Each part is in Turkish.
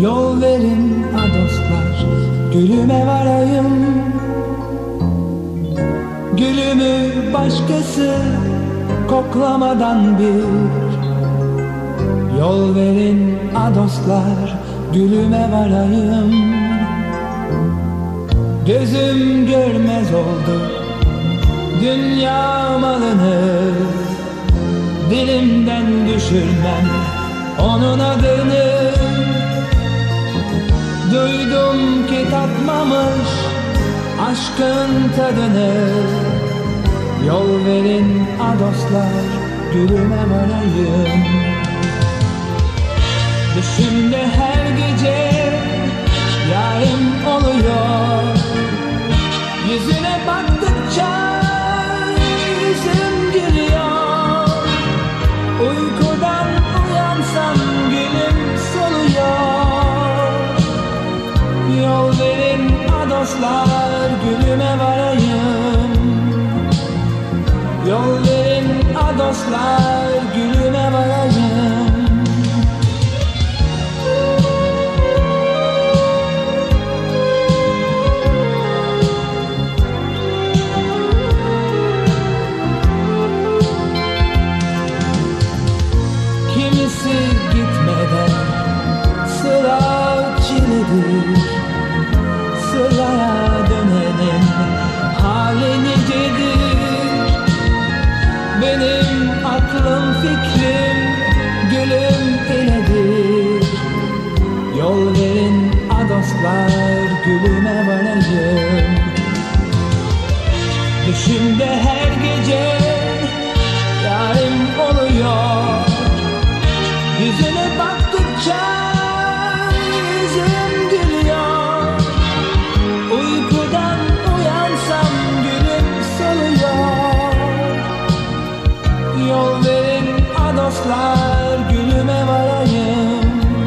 Yol verin ha dostlar, gülüme varayım. Gülümü başkası koklamadan bir. Yol verin ha dostlar, gülüme varayım. Gözüm görmez oldu dünya malını, dilimden düşürmem onun adını. Duydum ki tatmamış aşkın tadını. Yol verin ha dostlar, gülüme varayım. Düşümde her gece yarım oluyor. Yüzüne baktıkça yüzüm gülüyor. Uykudan uyansam gülüm soluyor. Yol verin ha dostlar, gülüme varayım. Yol verin ha dostlar, gülüme varayım. Kimisi gitmeden sıra çiledir. Sıraya dönenin hali nicedir. Benim aklım fikrim gülüm iledir. Yol verin ha dostlar, gülüme varayım. Düşümde her gece yarım oluyor. Yüzüne baktıkça yüzüm gülüyor. Uykudan uyansam gülüm soluyor. Yol verin ha dostlar, gülüme varayım.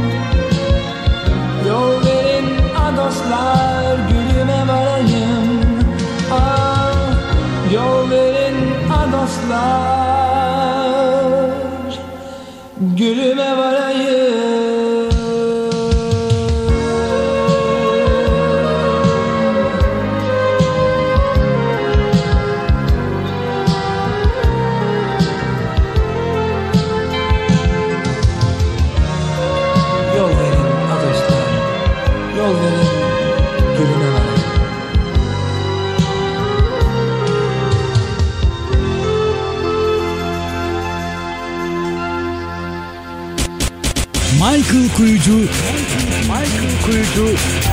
Yol verin ha dostlar, gülüme varayım. Ah, yol verin ha dostlar, gülüme varayım. Yol verin ha dostlar, yol verin, gülüme varayım. Michael Kuyucu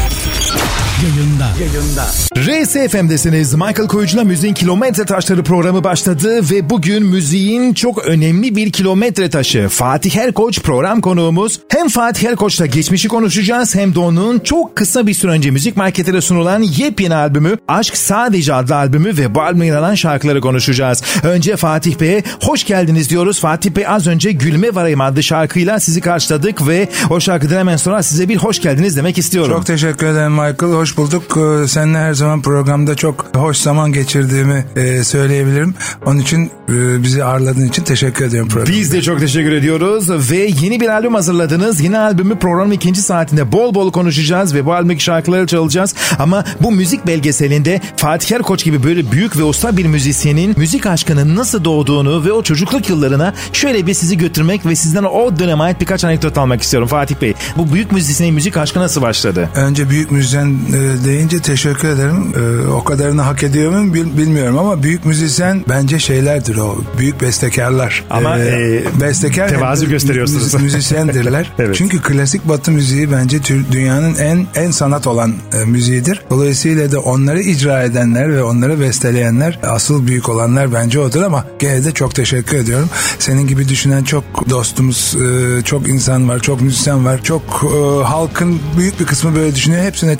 yayında. RSFM'desiniz. Michael Koyucu'la Müziğin Kilometre Taşları programı başladı ve bugün müziğin çok önemli bir kilometre taşı Fatih Erkoç program konuğumuz. Hem Fatih Erkoç'la geçmişi konuşacağız hem de onun çok kısa bir süre önce Müzik Market'e sunulan yepyeni albümü Aşk Sadece adlı albümü ve bu albüme yer alan şarkıları konuşacağız. Önce Fatih Bey'e hoş geldiniz diyoruz. Fatih Bey, az önce Gülme Varayım adlı şarkıyla sizi karşıladık ve o şarkıdan hemen sonra size bir hoş geldiniz demek istiyorum. Çok teşekkür ederim Michael. Hoş bulduk. Seninle her zaman programda çok hoş zaman geçirdiğimi söyleyebilirim. Onun için bizi ağırladığın için teşekkür ediyorum programda. Biz de çok teşekkür ediyoruz ve yeni bir albüm hazırladınız. Yeni albümü programın ikinci saatinde bol bol konuşacağız ve bu albümdeki şarkıları çalacağız. Ama bu müzik belgeselinde Fatih Erkoç gibi böyle büyük ve usta bir müzisyenin müzik aşkının nasıl doğduğunu ve o çocukluk yıllarına şöyle bir sizi götürmek ve sizden o döneme ait birkaç anekdot almak istiyorum Fatih Bey. Bu büyük müzisyenin müzik aşkı nasıl başladı? Önce büyük müzisyen deyince teşekkür ederim. O kadarını hak ediyor muyum bilmiyorum ama büyük müzisyen bence şeylerdir o. Büyük bestekarlar. Ama bestekar tevazu gösteriyorsunuz. Müzisyendirler. Evet. Çünkü klasik Batı müziği bence dünyanın en sanat olan müziğidir. Dolayısıyla da onları icra edenler ve onları besteleyenler, asıl büyük olanlar bence odur ama gene de çok teşekkür ediyorum. Senin gibi düşünen çok dostumuz, çok insan var, çok müzisyen var. Çok halkın büyük bir kısmı böyle düşünüyor. Hepsine çok teşekkür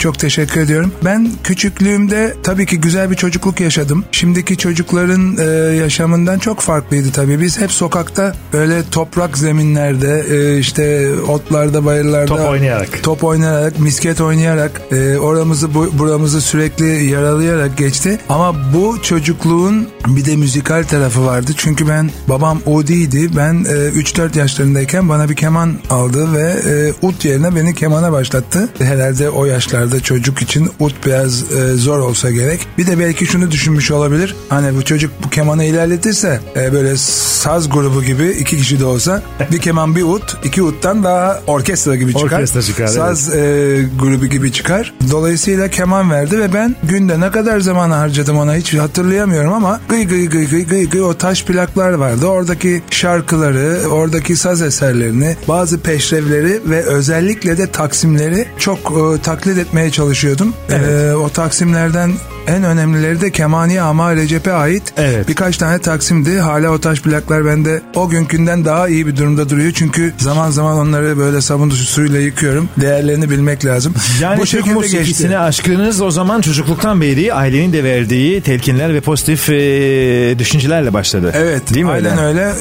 teşekkür ediyorum. Ben küçüklüğümde tabii ki güzel bir çocukluk yaşadım. Şimdiki çocukların yaşamından çok farklıydı tabii. Biz hep sokakta böyle toprak zeminlerde işte otlarda, bayırlarda top oynayarak, misket oynayarak oramızı buramızı sürekli yaralayarak geçti. Ama bu çocukluğun bir de müzikal tarafı vardı. Çünkü babam Udi'ydi. Ben 3-4 yaşlarındayken bana bir keman aldı ve ut yerine beni kemana başlattı. Herhalde o yaşlarda çocuk için ut biraz zor olsa gerek. Bir de belki şunu düşünmüş olabilir. Hani bu çocuk bu kemanı ilerletirse böyle saz grubu gibi 2 kişi de olsa bir keman bir ut, 2 uttan daha orkestra gibi çıkar. Orkestra çıkar. Saz grubu gibi çıkar. Dolayısıyla keman verdi ve ben günde ne kadar zaman harcadım ona hiç hatırlayamıyorum ama gıy o taş plaklar vardı. Oradaki şarkıları, oradaki saz eserlerini, bazı peşrevleri ve özellikle de taksimleri çok taklit etmeye çalışıyordum. Evet. O taksimlerden en önemlileri de Kemaniye Ama Recep'e ait birkaç tane taksimdi. Hala o taş plaklar bende o günkünden daha iyi bir durumda duruyor. Çünkü zaman zaman onları böyle sabun suyla yıkıyorum. Değerlerini bilmek lazım. Yani bu Türk musikisine aşkınız o zaman çocukluktan beri ailenin de verdiği telkinler ve pozitif düşüncelerle başladı. Evet. Değil mi aynen öyle.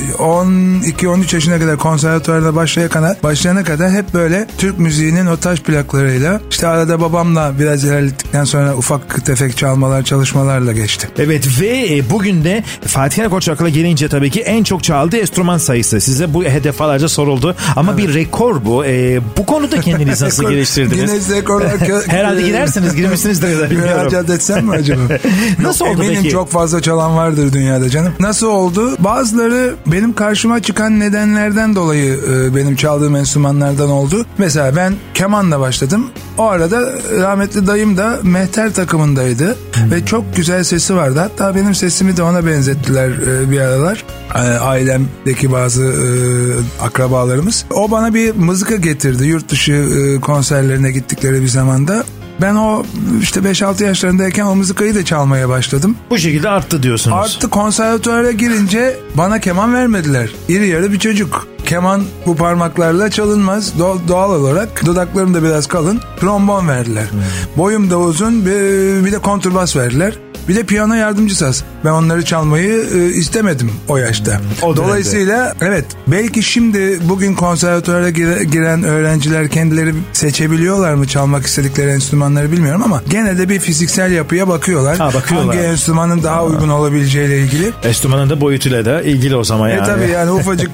12-13 yaşına kadar konservatuvarda başlayana kadar hep böyle Türk müziğinin o taş plaklarıyla işte arada babamla biraz ilerlettikten sonra ufak tefek çalışmalarla geçti. Evet ve bugün de Fatih Erkoç akla gelince tabii ki en çok çaldığı enstrüman sayısı. Size bu defalarca soruldu ama bir rekor bu. Bu konuda kendinizi nasıl geliştirdiniz? Guinness rekorlar. Herhalde girmişsinizdir. Müracaat etsem mi acaba? Nasıl oldu eminim peki? Çok fazla çalan vardır dünyada canım. Nasıl oldu? Bazıları benim karşıma çıkan nedenlerden dolayı benim çaldığım enstrümanlardan oldu. Mesela ben kemanla başladım. O arada rahmetli dayım da mehter takımındaydı. Ve çok güzel sesi vardı. Hatta benim sesimi de ona benzettiler bir aralar. Ailemdeki bazı akrabalarımız. O bana bir mızıka getirdi. Yurt dışı konserlerine gittikleri bir zamanda. Ben o işte 5-6 yaşlarındayken o mızıkayı da çalmaya başladım. Bu şekilde arttı diyorsunuz. Arttı. Konservatuvara girince bana keman vermediler. İri yarı bir çocuk. Keman bu parmaklarla çalınmaz. Doğal olarak dudaklarım da biraz kalın. Trombon verdiler. Boyum da uzun. Bir de kontrbas verdiler. Bir de piyano yardımcı saz. Ben onları çalmayı istemedim o yaşta. Dolayısıyla evet, belki şimdi bugün konservatuvara giren öğrenciler kendileri seçebiliyorlar mı çalmak istedikleri enstrümanları bilmiyorum ama gene de bir fiziksel yapıya bakıyorlar. Hangi enstrümanın daha uygun olabileceğiyle ilgili. Enstrümanın da boyutuyla da ilgili o zaman yani. Tabii yani ufacık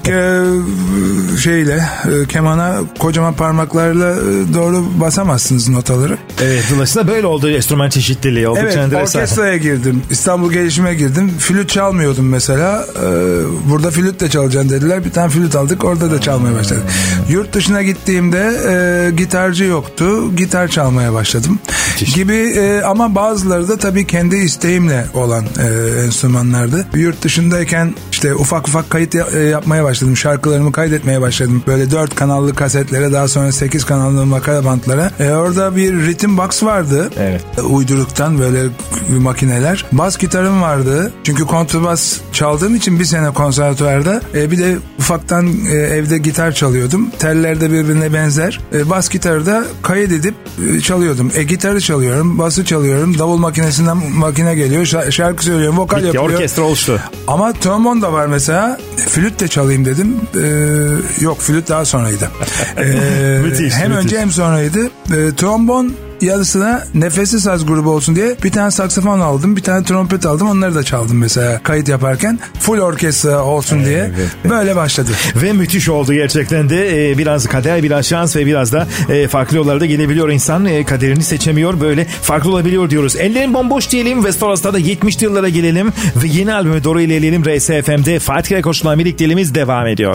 kemana kocaman parmaklarla doğru basamazsınız notaları. Evet, dolayısıyla böyle oldu enstrüman çeşitliliği. Oldukça enteresan. Orkestraya girdim. İstanbul Gelişim'e girdim. Flüt çalmıyordum mesela. Burada flüt de çalacaksın dediler. Bir tane flüt aldık. Orada da çalmaya başladık. Yurt dışına gittiğimde gitarcı yoktu. Gitar çalmaya başladım. Gibi ama bazıları da tabii kendi isteğimle olan enstrümanlardı. Yurt dışındayken işte ufak kayıt yapmaya başladım. Şarkılarımı kaydetmeye başladım. Böyle 4 kanallı kasetlere, daha sonra 8 kanallı makara bantlara. Orada bir rhythm box vardı. Evet. Uyduruktan böyle makineler. Bas gitarım vardı. Çünkü kontrbas çaldığım için bir sene konservatuvarda. Bir de ufaktan evde gitar çalıyordum. Teller de birbirine benzer. Bas gitarı da kayıt edip çalıyordum. Gitarı çalıyorum, bası çalıyorum. Davul makinesinden makine geliyor. Şarkı söylüyorum, vokal yapıyor. Orkestra oluştu. Ama trombon da var mesela. Flüt de çalayım dedim. Yok, flüt daha sonraydı. Müthiş, hem önce hem sonraydı. Trombon yarısına nefessiz saz grubu olsun diye bir tane saksafon aldım, bir tane trompet aldım, onları da çaldım mesela kayıt yaparken, full orkestra olsun diye. Böyle başladı. Ve müthiş oldu gerçekten de. Biraz kader, biraz şans ve biraz da farklı yollarda gelebiliyor insan. Kaderini seçemiyor, böyle farklı olabiliyor diyoruz. Ellerin bomboş diyelim ve sonrasında da 70'li yıllara gelelim ve yeni albüme doğru ilerleyelim. RSFM'de Fatih Erkoç'la birlikteliğimiz devam ediyor.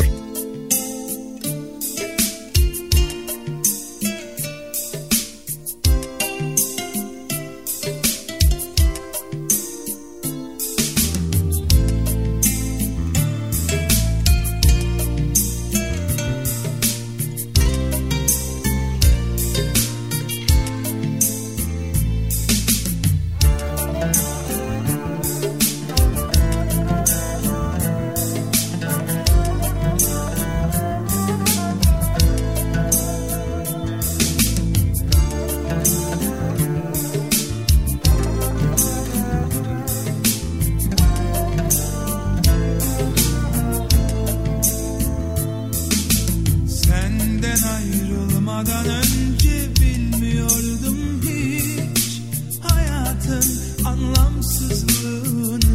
Tanımadan önce bilmiyordum hiç hayatın anlamsızlığını.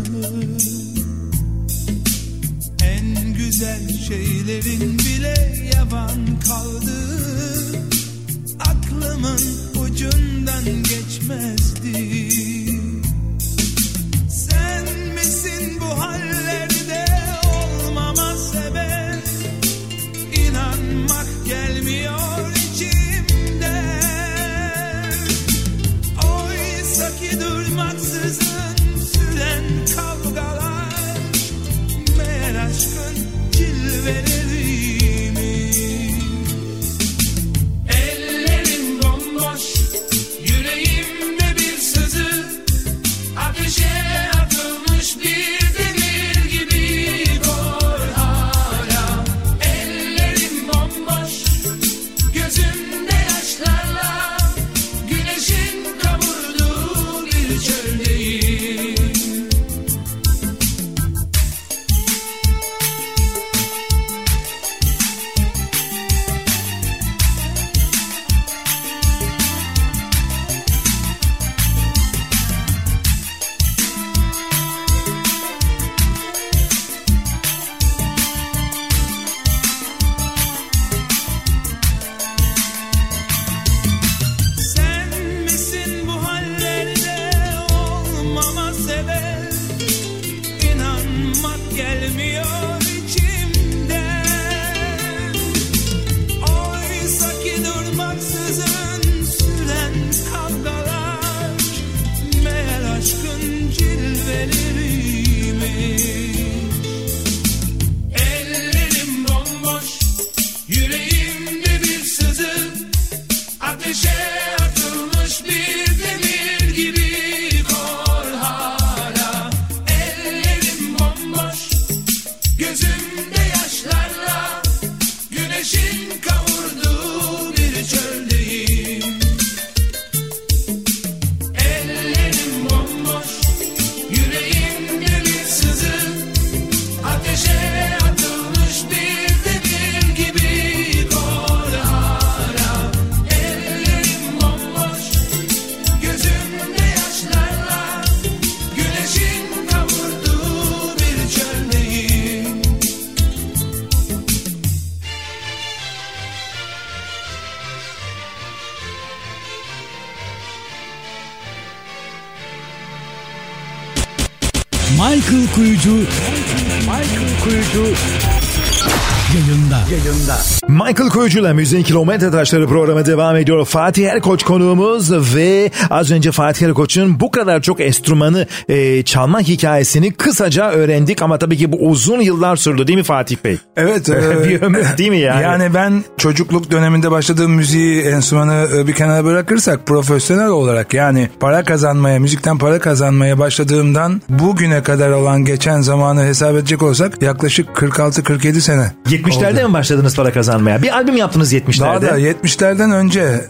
En güzel şeylerin bile yavan kaldı, aklımın ucundan geçmezdi. Sen misin bu hallerde olmama sebep? İnanmak gelmiyor içimden. Oysa ki durmaksızın süren kavgalar meğer aşkın cilveleriymiş. Ellerim bomboş, yüreğimde bir sızı, ateşe atılmış bir demir gibi kor hala. Ellerim bomboş, gözümde yaşlarla güneşin kavurduğu bir çöldeyim. Sen misin bu hallerde olmama sebep? İnanmak gelmiyor içimden. Oysa ki durmaksızın süren kavgalar meğer aşkın cilveleriymiş. Ellerim bomboş, yüreğimde bir sızı, ateşe atılmış bir demir gibi kor hala. Ellerim bomboş, gözümde yaşlarla güneşin kavurduğu bir çöldeyim. Ellerim bomboş, yüreğimde bir sızı, ateşe atılmış bir demir gibi kor hala. Ellerim bomboş, gözümde yaşlarla güneşin kavurduğu bir çöldeyim. Michael Kuyucu yayında. Michael Kuyucu'la Müziğin Kilometre Taşları programı devam ediyor. Fatih Erkoç konuğumuz ve az önce Fatih Erkoç'un bu kadar çok enstrümanı çalma hikayesini kısaca öğrendik ama tabii ki bu uzun yıllar sürdü değil mi Fatih Bey? Evet. Bir ömür değil mi yani? Yani ben çocukluk döneminde başladığım müziği, enstrümanı bir kenara bırakırsak profesyonel olarak yani müzikten para kazanmaya başladığımdan bugüne kadar olan geçen zamanı hesap edecek olsak yaklaşık 46-47 sene. 70'lerde mi başladınız para kazanmaya? Bir albüm yaptınız 70'lerde. Daha da 70'lerden önce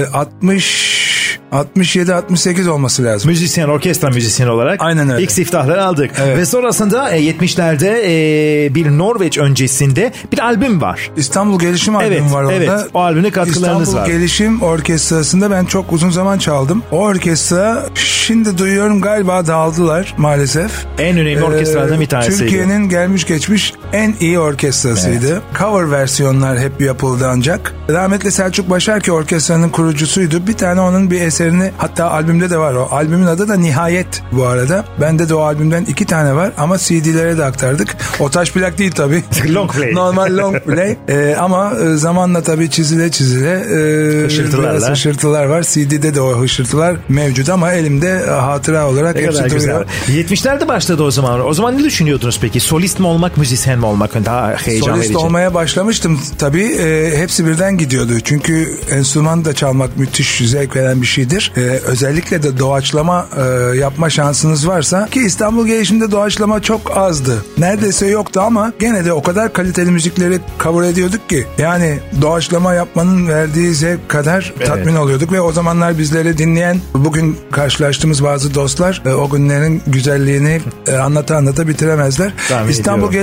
67-68 olması lazım. Müzisyen, orkestra müzisyeni olarak. Aynen öyle. İlk siftahları aldık. Evet. Ve sonrasında 70'lerde bir Norveç öncesinde bir albüm var. İstanbul Gelişim albümü var orada. Evet, o albümde katkılarınız İstanbul var. Gelişim Orkestrası'nda ben çok uzun zaman çaldım. O orkestra şimdi duyuyorum galiba dağıldılar maalesef. En önemli orkestralardan bir tanesiydi. Türkiye'nin gelmiş geçmiş en iyi orkestrasıydı. Evet. Cover versiyonlar hep yapıldı ancak. Rahmetli Selçuk Başar ki orkestranın kurucusuydu. Bir tane onun bir eserini hatta albümde de var o. Albümün adı da Nihayet bu arada. Bende de o albümden 2 tane var ama CD'lere de aktardık. O taş plak değil tabii. Long play. Normal long play. Ama zamanla tabii çizile biraz hışırtılar var. CD'de de o hışırtılar mevcut ama elimde hatıra olarak hepsi duruyor. 70'lerde başladı o zaman. O zaman ne düşünüyordunuz peki? Solist mi olmak, müzisyen mi olmak? Daha heyecan verici. Solist olmaya başlamıştım tabii. Hepsi birden gidiyordu. Çünkü enstrüman da çalmak müthiş zevk veren bir şeydir. Özellikle de doğaçlama yapma şansınız varsa ki İstanbul Gelişim'de doğaçlama çok azdı. Neredeyse yoktu ama gene de o kadar kaliteli müzikleri cover ediyorduk ki yani doğaçlama yapmanın verdiği zevk kadar tatmin oluyorduk ve o zamanlar bizleri dinleyen bugün karşılaştığımız bazı dostlar o günlerin güzelliğini anlata bitiremezler. İstanbul Gelişim'den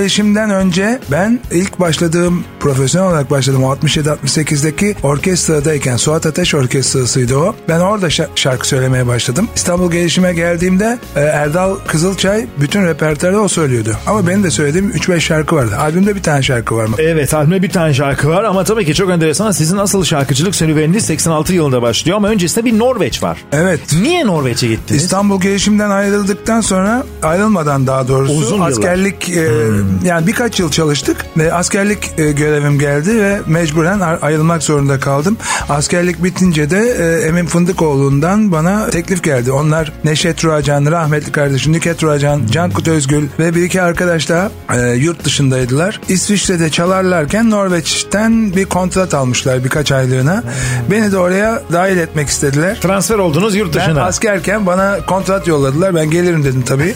önce ben ilk başladığım, profesyonel olarak başladım 67-68'deki orkestradayken, Suat Ateş Orkestrası'ydı o. Ben orada şarkı söylemeye başladım. İstanbul Gelişim'e geldiğimde Erdal Kızılçay bütün repertuarda o söylüyordu. Ama benim de söylediğim 3-5 şarkı vardı. Albümde bir tane şarkı var mı? Evet, albümde bir tane şarkı var ama tabii ki çok enteresan. Sizin asıl şarkıcılık serüveniniz 86 yılında başlıyor ama öncesinde bir Norveç var. Evet. Niye Norveç'e gittiniz? İstanbul Gelişim'den ayrıldıktan sonra, ayrılmadan daha doğrusu, uzun askerlik yani birkaç yıl çalıştık ve askerlik görevim geldi ve mecburen ayrılmak zorunda kaldım. Askerlik bitince de Emin Fındıkoğlu'ndan bana teklif geldi. Onlar Neşet Ruacan, rahmetli kardeşim Nüket Ruacan, Cankut Özgül ve bir iki arkadaş daha yurt dışındaydılar. İsviçre'de çalarlarken Norveç'ten bir kontrat almışlar birkaç aylığına. Beni de oraya dahil etmek istediler. Transfer oldunuz yurt dışına. Ben askerken bana kontrat yolladılar. Ben gelirim dedim tabii.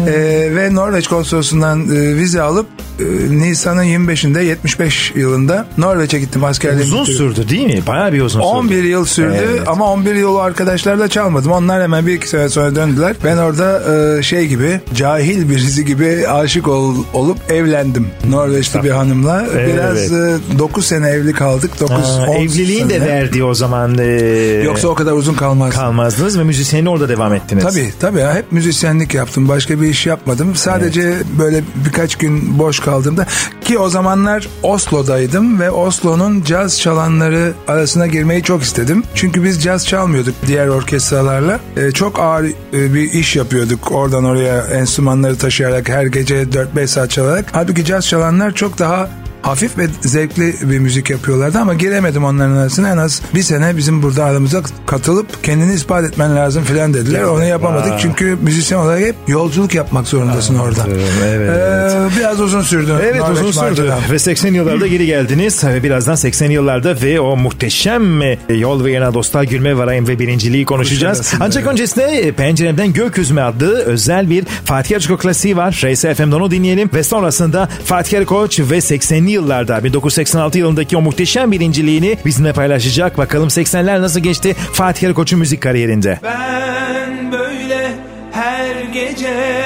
Ve Norveç konsolosundan vize alıp Nisan'ın 25'inde 75 yılında Norveç'e gittim askerliğe. Uzun sürdü değil mi? Bayağı bir uzun sürdü. 11 yıl sürdü, evet. Ama 11 yıl o arkadaşlarla çalmadım. Onlar hemen bir iki sene sonra döndüler. Ben orada şey gibi, cahil birisi gibi aşık olup evlendim. Norveçli bir hanımla. Evet. Biraz 9 sene evli kaldık. 9-10 evliliğin sene. de verdiği o zaman. Yoksa o kadar uzun kalmazdınız ve müzisyenliğe orada devam ettiniz. Tabii ya, hep müzisyenlik yaptım. Başka bir iş yapmadım. Sadece böyle birkaç gün boş kaldığımda, ki o zamanlar Oslo'daydım ve Oslo'nun caz çalanları arasına girmeyi çok istedim. Çünkü biz caz çalmıyorduk diğer orkestralarla. Çok ağır bir iş yapıyorduk. Oradan oraya enstrümanları taşıyarak, her gece 4-5 saat çalarak. Halbuki caz çalanlar çok daha hafif ve zevkli bir müzik yapıyorlardı ama giremedim onların arasına. En az bir sene bizim burada aramıza katılıp kendini ispat etmen lazım filan dediler. Onu yapamadık çünkü müzisyen olarak hep yolculuk yapmak zorundasın orada. Evet. Biraz uzun sürdü. Evet, uzun sürdü. Ve 80 yıllarda geri geldiniz. Birazdan 80 yıllarda ve o muhteşem Yol ve Yana Dostlar Gülme Varayım ve birinciliği konuşacağız. Ancak öncesinde Penceremden Gökyüzüme adlı özel bir Fatih Erkoç klasiği var. Reis FM'den onu dinleyelim ve sonrasında Fatih Erkoç ve 80'li yıllarda 1986 yılındaki o muhteşem birinciliğini bizimle paylaşacak. Bakalım 80'ler nasıl geçti Fatih Erkoç'un müzik kariyerinde. Ben böyle her gece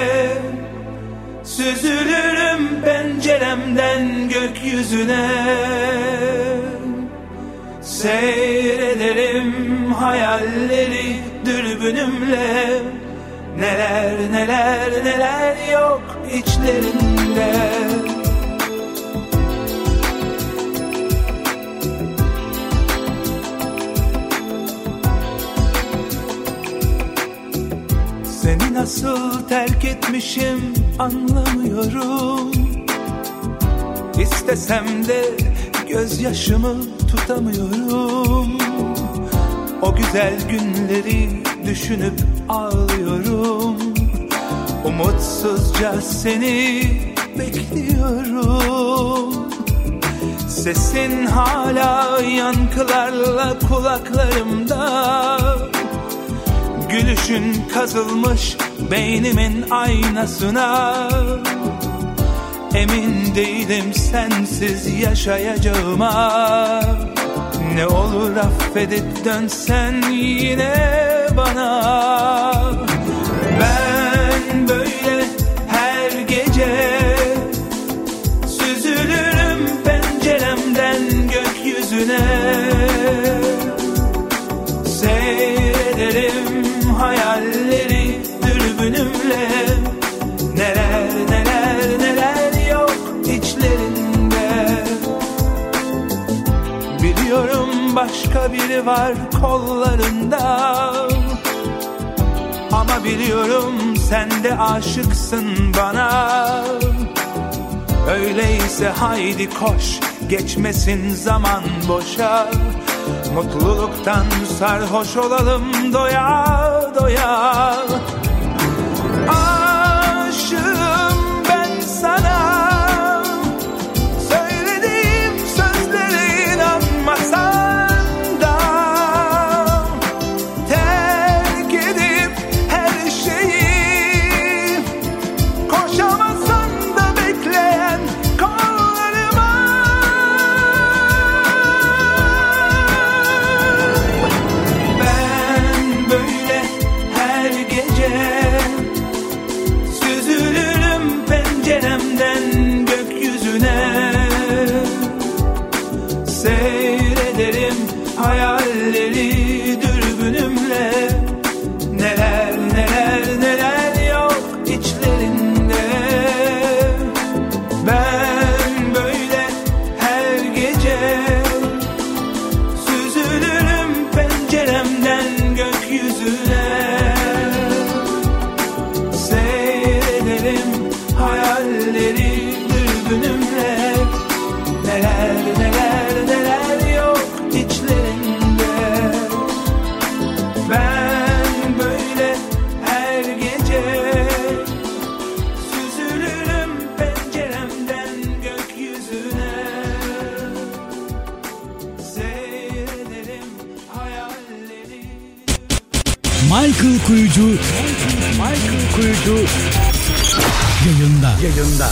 süzülürüm penceremden gökyüzüne, seyrederim hayalleri dürbünümle, neler neler neler yok içlerinde. Seni nasıl terk etmişim anlamıyorum. İstesem de gözyaşımı tutamıyorum. O güzel günleri düşünüp ağlıyorum. Umutsuzca seni bekliyorum. Sesin hala yankılarla kulaklarımda. Gülüşün kazılmış beynimin aynasına. Emin değilim sensiz yaşayacağıma. Ne olur affedip dönsen yine bana. Ben böyle her gece süzülürüm penceremden gökyüzüne, seyrederim hayalleri dürbünümle, neler neler neler yok içlerinde. Biliyorum başka biri var kollarında, ama biliyorum sen de aşıksın bana. Öyleyse haydi koş, geçmesin zaman boşa. Mutluluktan sarhoş olalım doya doya. Aşığım ben sana, söylediğim sözlere inanmasan da, terk edip her şeyi, koşamasan da bekleyen kollarıma. Ben böyle her gece hayalleri dürbünümle. Neler neler neler yok içlerinde. Ben böyle her gece süzülürüm penceremden gökyüzüne. Seyrederim hayalleri dürbünümle. Neler neler neler yok içlerinde. Ben böyle her gece süzülürüm penceremden gökyüzüne. Seyrederim hayalleri. Michael Kuyucu yayında.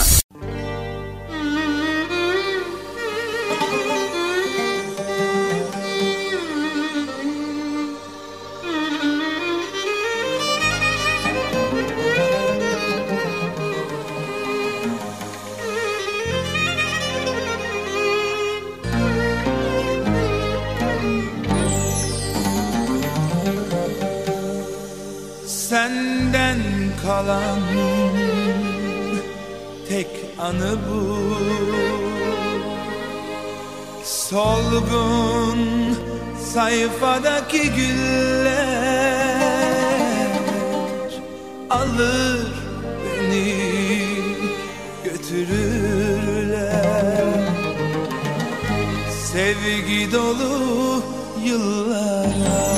Senden kalan tek anı bu. Solgun sayfadaki güller alır beni götürürler. Sevgi dolu yıllara.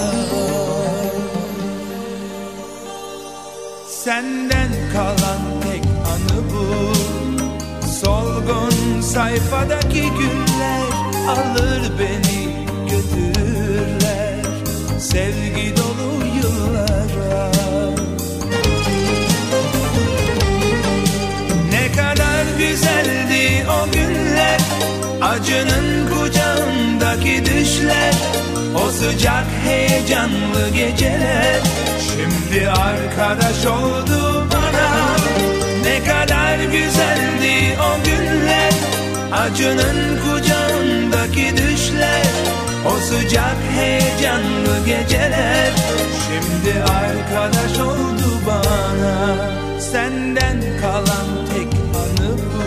Senden kalan tek anı bu. Solgun sayfadaki güller alır beni götürürler. Sevgi dolu yıllara. Ne kadar güzeldi o günler. Acının kucağındaki düşler. O sıcak heyecanlı geceler. Şimdi arkadaş oldu bana. Ne kadar güzeldi o günler. Acının kucağındaki düşler. O sıcak heyecanlı geceler. Şimdi arkadaş oldu bana. Senden kalan tek anı bu.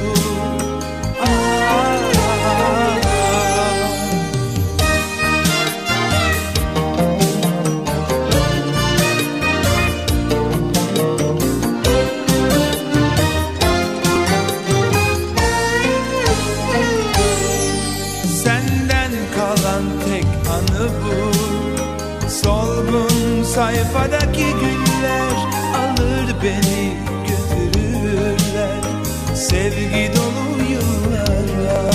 Sayfadaki güller alır beni götürürler. Sevgi dolu yıllara.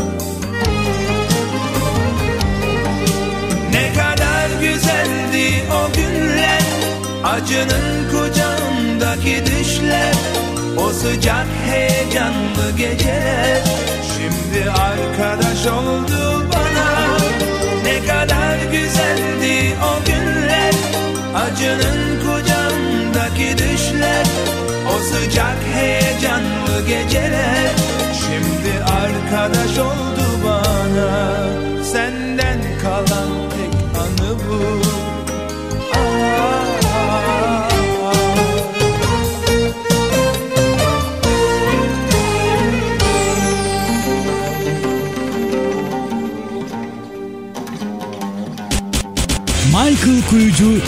Ne kadar güzeldi o günler. Acının kucağındaki düşler. O sıcak heyecanlı geceler. Şimdi arkadaş oldu bana. Ne kadar güzeldi o günler. Acının kucağındaki düşler. O sıcak heyecanlı geceler. Şimdi arkadaş oldu bana. Senden kalan tek anı bu. Michael Kuyucu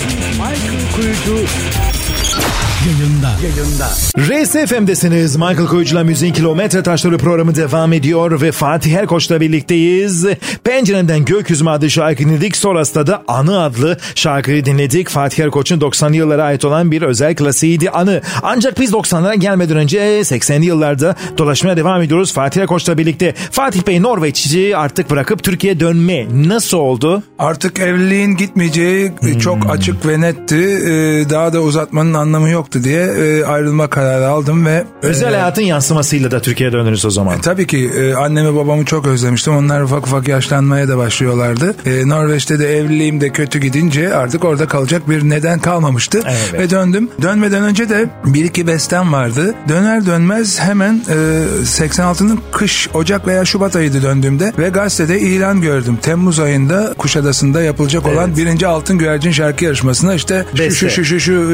yayında. RSFM'desiniz. Michael Kuyucu'la Müziğin Kilometre Taşları programı devam ediyor ve Fatih Erkoç'la birlikteyiz. Pencereden Gökyüzüme adlı şarkı dinledik. Sonrasında da Anı adlı şarkıyı dinledik. Fatih Erkoç'un 90'lı yıllara ait olan bir özel klasiğiydi Anı. Ancak biz 90'lara gelmeden önce 80'li yıllarda dolaşmaya devam ediyoruz Fatih Erkoç'la birlikte. Fatih Bey, Norveç'i artık bırakıp Türkiye'ye dönme nasıl oldu? Artık evliliğin gitmeyeceği çok açık ve netti. Daha da uzatmanın anlamı yoktu yaptı diye ayrılma kararı aldım ve özel hayatın yansımasıyla da Türkiye'ye döndünüz o zaman. Tabii ki annemi babamı çok özlemiştim. Onlar ufak ufak yaşlanmaya da başlıyorlardı. Norveç'te de evliliğim de kötü gidince artık orada kalacak bir neden kalmamıştı. Evet. Ve döndüm. Dönmeden önce de bir iki bestem vardı. Döner dönmez hemen 86'nın kış, Ocak veya Şubat ayıydı döndüğümde ve gazetede ilan gördüm. Temmuz ayında Kuşadası'nda yapılacak olan 1. Altın Güvercin şarkı yarışmasına işte şu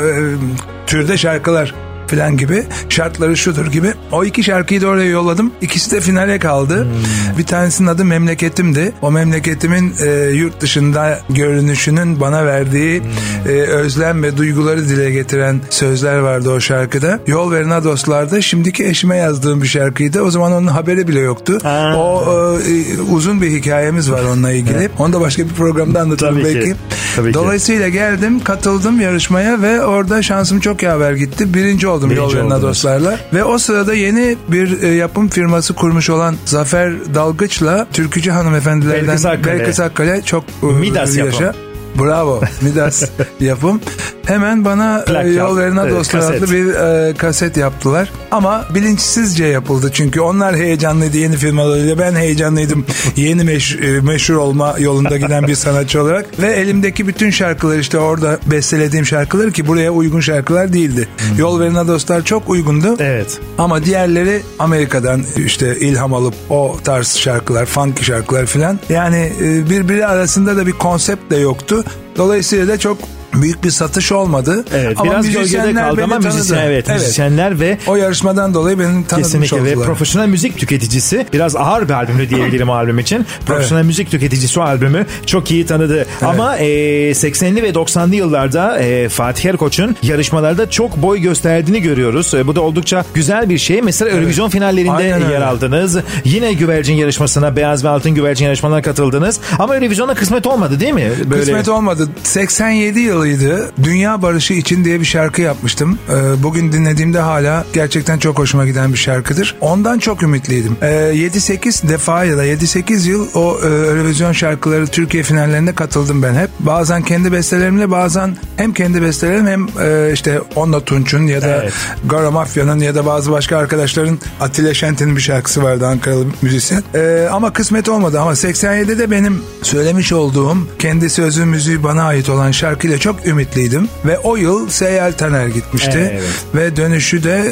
türde şarkılar falan gibi, şartları şudur gibi. O iki şarkıyı da oraya yolladım. İkisi de finale kaldı. Bir tanesinin adı Memleketim'di. O memleketimin yurt dışında görünüşünün bana verdiği özlem ve duyguları dile getiren sözler vardı o şarkıda. Yol verin ha dostlar'da şimdiki eşime yazdığım bir şarkıydı. O zaman onun haberi bile yoktu. O uzun bir hikayemiz var onunla ilgili. Onu da başka bir programda anlatırım belki. Dolayısıyla geldim, katıldım yarışmaya ve orada şansım çok yaver gitti. Birinci oldum Yol verin ha dostlar'la. Ve o sırada yeni bir yapım firması kurmuş olan Zafer Dalgıç'la türkücü hanımefendilerden Belkıs Akkale çok Midas yapım. Bravo. Midas yapım. Hemen bana Yol verin ha dostlar adlı bir kaset yaptılar. Ama bilinçsizce yapıldı. Çünkü onlar heyecanlıydı yeni firmalarıyla. Ben heyecanlıydım. Yeni meşhur olma yolunda giden bir sanatçı olarak. Ve elimdeki bütün şarkılar işte orada bestelediğim şarkılar ki buraya uygun şarkılar değildi. Yol verin ha dostlar çok uygundu. Evet. Ama diğerleri Amerika'dan işte ilham alıp o tarz şarkılar, funky şarkılar filan. Yani birbiri arasında da bir konsept de yoktu. Dolayısıyla da çok büyük bir satış olmadı. Evet, ama biraz gölgede kaldı ama müzisyenler ve o yarışmadan dolayı beni tanımış oldular. Kesinlikle ve profesyonel müzik tüketicisi, biraz ağır bir albümdü diyebilirim albüm için. Profesyonel müzik tüketicisi o albümü çok iyi tanıdı. Evet. Ama 80'li ve 90'lı yıllarda Fatih Erkoç'un yarışmalarda çok boy gösterdiğini görüyoruz. Bu da oldukça güzel bir şey. Mesela Eurovision finallerinde yer aldınız. Yine güvercin yarışmasına, beyaz ve altın güvercin yarışmalarına katıldınız. Ama Eurovision'a kısmet olmadı değil mi? Kısmet olmadı. 87 yılıydı. Dünya Barışı için diye bir şarkı yapmıştım. Bugün dinlediğimde hala gerçekten çok hoşuma giden bir şarkıdır. Ondan çok ümitliydim. 7-8 defa ya da 7-8 yıl o Eurovision şarkıları Türkiye finallerine katıldım ben hep. Bazen kendi bestelerimle, bazen hem kendi bestelerim hem işte Onda Tunç'un ya da Garo Mafya'nın ya da bazı başka arkadaşların, Atilla Şenten'in bir şarkısı vardı, Ankaralı müzisyen. Ama kısmet olmadı. Ama 87'de benim söylemiş olduğum kendi sözü müziği bana ait olan şarkıyla çok ümitliydim ve o yıl Seyyal Taner gitmişti ve dönüşü de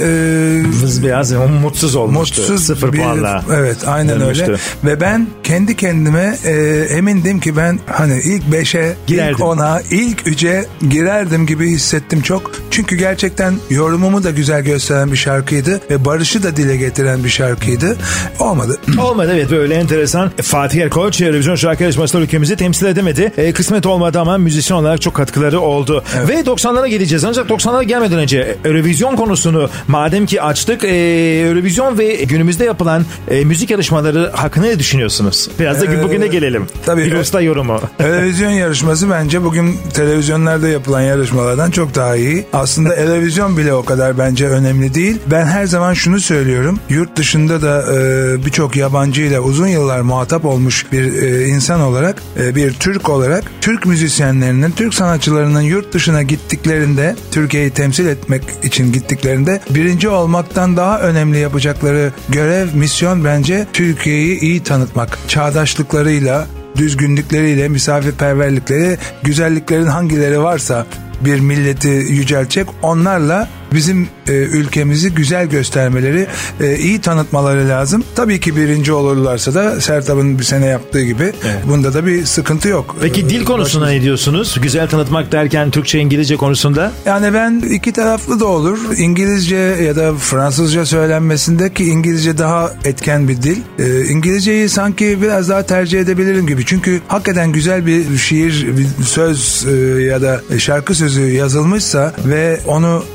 biraz mutsuz olmuştu. 0 puanla. Evet, aynen öyle. Ve ben kendi kendime emindim ki ben hani ilk 5'e, ilk 10'a, ilk 3'e girerdim gibi hissettim çok. Çünkü gerçekten yorumumu da güzel gösteren bir şarkıydı ve barışı da dile getiren bir şarkıydı. Olmadı. Olmadı, evet, böyle enteresan. Fatih Erkoç Eurovision şarkı yarışmasında ülkemizi temsil edemedi. Kısmet olmadı ama müzisyen olarak çok katkıları oldu. Evet. Ve 90'lara geleceğiz. Ancak 90'lara gelmeden önce Eurovision konusunu madem ki açtık, Eurovision ve günümüzde yapılan müzik yarışmaları hakkında ne düşünüyorsunuz? Biraz da bugüne gelelim. Tabii. Bir usta yorumu. Eurovision yarışması bence bugün televizyonlarda yapılan yarışmalardan çok daha iyi. Aslında Eurovision bile o kadar bence önemli değil. Ben her zaman şunu söylüyorum. Yurt dışında da birçok yabancıyla uzun yıllar muhatap olmuş bir insan olarak, bir Türk olarak, Türk müzisyenlerinin, Türk sanatçılarının yurt dışına gittiklerinde, Türkiye'yi temsil etmek için gittiklerinde birinci olmaktan daha önemli yapacakları görev, misyon bence Türkiye'yi iyi tanıtmak. Çağdaşlıklarıyla, düzgünlükleriyle, misafirperverlikleri, güzelliklerin hangileri varsa bir milleti yüceltecek, onlarla bizim ülkemizi güzel göstermeleri, iyi tanıtmaları lazım. Tabii ki birinci olurlarsa da Sertab'ın bir sene yaptığı gibi bunda da bir sıkıntı yok. Peki dil konusunda ne diyorsunuz? Güzel tanıtmak derken Türkçe, İngilizce konusunda? Yani ben iki taraflı da olur. İngilizce ya da Fransızca söylenmesindeki İngilizce daha etken bir dil. İngilizceyi sanki biraz daha tercih edebilirim gibi. Çünkü hakikaten güzel bir şiir, bir söz ya da şarkı sözü yazılmışsa ve onu dünya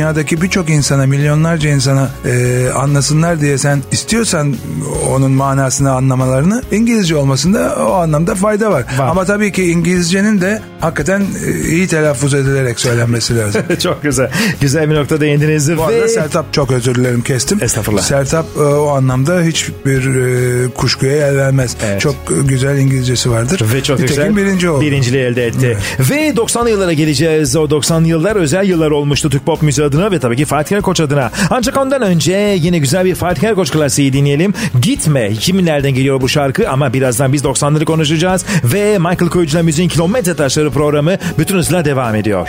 dünyadaki birçok insana, milyonlarca insana anlasınlar diye sen istiyorsan onun manasını anlamalarını, İngilizce olmasında o anlamda fayda var. Ama tabii ki İngilizcenin de hakikaten iyi telaffuz edilerek söylenmesi lazım. Çok güzel. Güzel bir noktada indiniz. Bu arada Sertab, çok özür dilerim, kestim. Estağfurullah. Sertab o anlamda hiçbir kuşkuya yer vermez. Evet. Çok güzel İngilizcesi vardır. Ve çok güzel birinci oldu. Birinciliği elde etti. Evet. Ve 90'lı yıllara geleceğiz. O 90'lı yıllar özel yıllar olmuştu Türk pop müziği adına ve tabii ki Fatih Erkoç adına. Ancak ondan önce yine güzel bir Fatih Erkoç klasiği dinleyelim. Gitme. Kiminlerden geliyor bu şarkı ama birazdan biz 90'ları konuşacağız ve Michael Koyucu'la Müziğin Kilometre Taşları programı bütün hızla devam ediyor.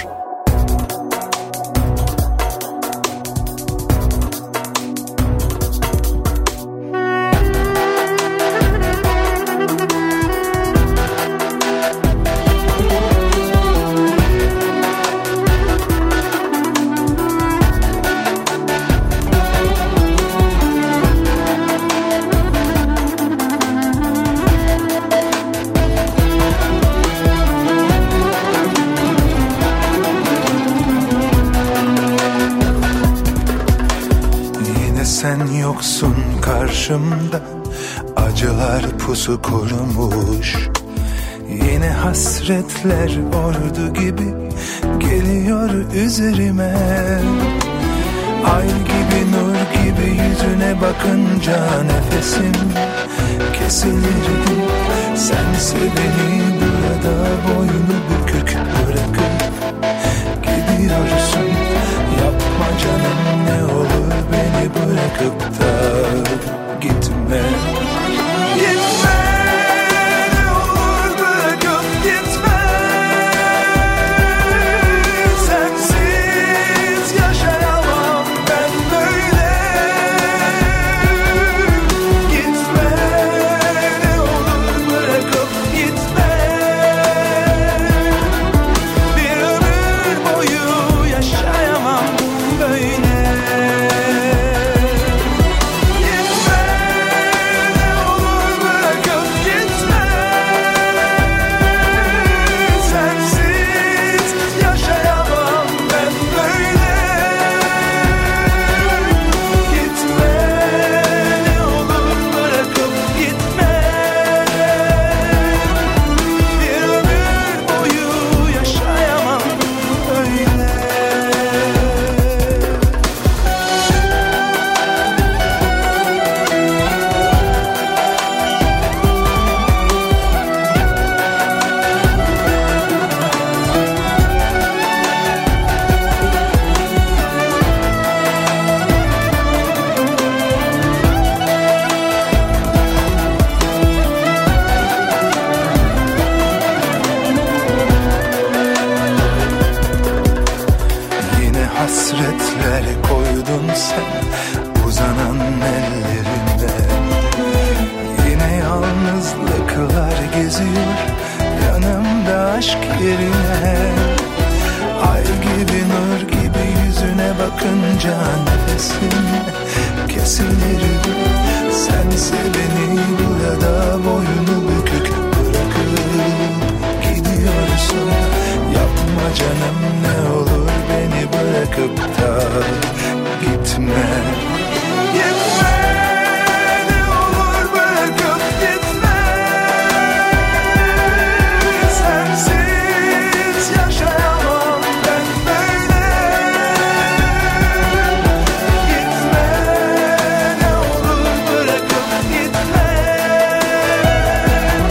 Yoksun karşımda, acılar pusu kurmuş. Yine hasretler ordu gibi geliyor üzerime. Ay gibi, nur gibi yüzüne bakınca nefesim kesilirdi. Sense beni burada boynu bükük bırakıp gidiyorsun. Yapma canım, ne olur beni bırakıp da gitme. Gitme, ne olur bırakıp gitme. Sensiz yaşayamam ben böyle. Gitme, ne olur bırakıp gitme. Bir ömür boyu yaşayamam böyle. Hasretler koydun sen uzanan ellerinde. Yine yalnızlıklar geziyor yanımda aşk yerine. Ay gibi, nur gibi yüzüne bakınca nefesim kesilirdi. Sense beni burada boynu bükük bırakıp gidiyorsun. Yapma canım, ne olur beni bırakıp da gitme. Gitme, ne olur bırakıp gitme. Sensiz yaşayamam ben böyle. Gitme, ne olur bırakıp gitme.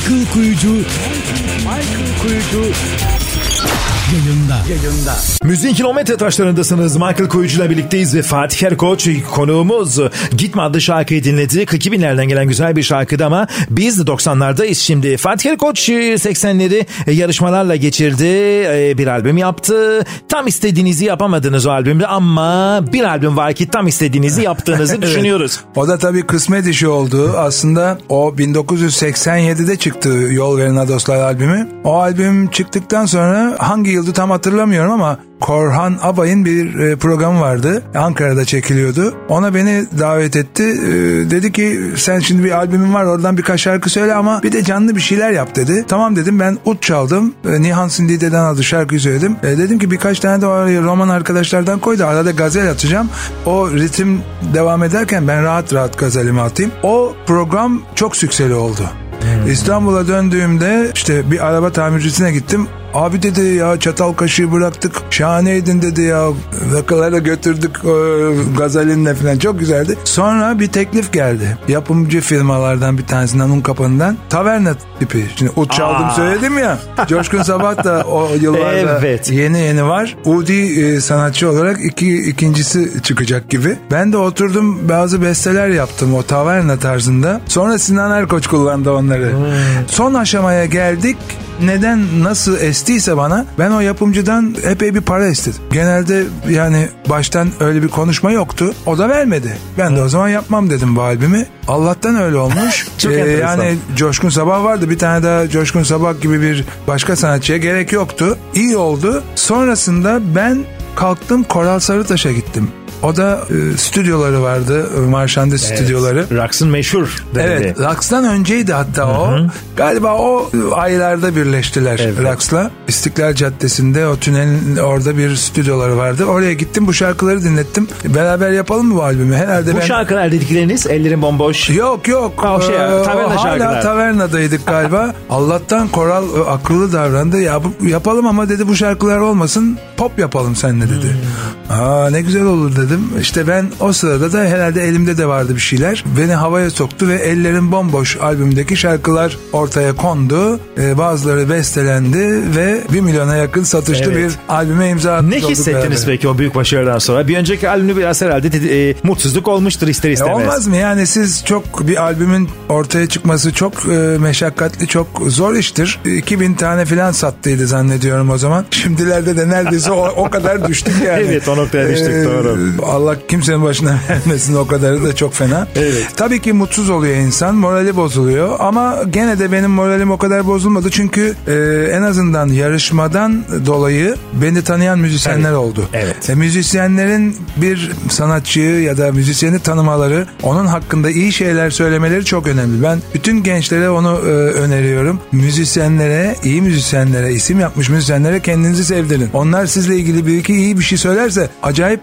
Michael Kuyucu yayında. Müziğin kilometre taşlarındasınız. Michael Kuyucu'yla birlikteyiz ve Fatih Erkoç konuğumuz. Gitme adlı şarkıyı dinledik. 2000'lerden gelen güzel bir şarkıydı ama biz 90'lardayız şimdi. Fatih Erkoç 80'leri yarışmalarla geçirdi. Bir albüm yaptı. Tam istediğinizi yapamadınız o albümde ama bir albüm var ki tam istediğinizi yaptığınızı düşünüyoruz. O da tabii kısmet işi oldu. Aslında o 1987'de çıktı Yol Verin Adoslar albümü. O albüm çıktıktan sonra hangi yıldı tam hatırlamıyorum ama Korhan Abay'ın bir programı vardı. Ankara'da çekiliyordu. Ona beni davet etti. Dedi ki sen şimdi bir albümün var, oradan birkaç şarkı söyle ama bir de canlı bir şeyler yap dedi. Tamam dedim, ben ut çaldım. Nihan Sindide'den adlı şarkıyı söyledim. Dedim ki birkaç tane de roman arkadaşlardan koy da arada gazel atacağım. O ritim devam ederken ben rahat rahat gazelimi atayım. O program çok sükseli oldu. İstanbul'a döndüğümde işte bir araba tamircisine gittim. Abi dedi ya, çatal kaşığı bıraktık, şahaneydin dedi ya, rakılara götürdük gazelinle falan, çok güzeldi. Sonra bir teklif geldi. Yapımcı firmalardan bir tanesinden, Unkapanı'ndan, taverna tipi. Şimdi ut çaldım söyledim ya. Coşkun Sabah da o yıllarda evet. yeni var. Udi sanatçı olarak ikincisi çıkacak gibi. Ben de oturdum, bazı besteler yaptım o taverna tarzında. Sonra Sinan Erkoç kullandı onları. Son aşamaya geldik. Neden nasıl estiyse bana, ben o yapımcıdan epey bir para istedim. Genelde yani baştan öyle bir konuşma yoktu. O da vermedi. Ben de o zaman yapmam dedim bu albümü. Allah'tan öyle olmuş. Çok yani Coşkun Sabah vardı. Bir tane daha Coşkun Sabah gibi bir başka sanatçıya gerek yoktu. İyi oldu. Sonrasında ben kalktım, Koral Sarıtaş'a gittim. O da stüdyoları vardı. Marşande stüdyoları. Raks'ın meşhur dedi. Evet. Raks'tan önceydi hatta o. Galiba o aylarda birleştiler Raks'la. İstiklal Caddesi'nde o tünelin orada bir stüdyoları vardı. Oraya gittim, bu şarkıları dinlettim. Beraber yapalım mı bu albümü? Herhalde bu şarkılar dedikleriniz ellerin bomboş. Yok. Taverna şarkılar. Hala tavernadaydık galiba. Allah'tan Koral akıllı davrandı. Ya yapalım ama dedi, bu şarkılar olmasın, pop yapalım seninle dedi. Ne güzel olur dedim. İşte ben o sırada da herhalde elimde de vardı bir şeyler. Beni havaya soktu ve Ellerin Bomboş albümündeki şarkılar ortaya kondu. Bazıları bestelendi ve 1 milyona yakın satışlı bir albüme imza attık. Ne hissettiniz peki o büyük başarıdan sonra? Bir önceki albümü biraz herhalde mutsuzluk olmuştur ister istemez. Olmaz mı? Yani siz çok, bir albümün ortaya çıkması çok meşakkatli, çok zor iştir. 2000 tane falan sattıydı zannediyorum o zaman. Şimdilerde de neredeyse o kadar düştük yani. Evet, o noktaya düştük, doğru. Allah kimsenin başına vermesin, o kadarı da çok fena. Evet. Tabii ki mutsuz oluyor insan, morali bozuluyor ama gene de benim moralim o kadar bozulmadı çünkü en azından yarışmadan dolayı beni tanıyan müzisyenler oldu. Evet. Müzisyenlerin bir sanatçıyı ya da müzisyeni tanımaları, onun hakkında iyi şeyler söylemeleri çok önemli. Ben bütün gençlere onu öneriyorum. Müzisyenlere, iyi müzisyenlere, isim yapmış müzisyenlere kendinizi sevdirin. Onlar sizle ilgili bir iki iyi bir şey söylerse acayip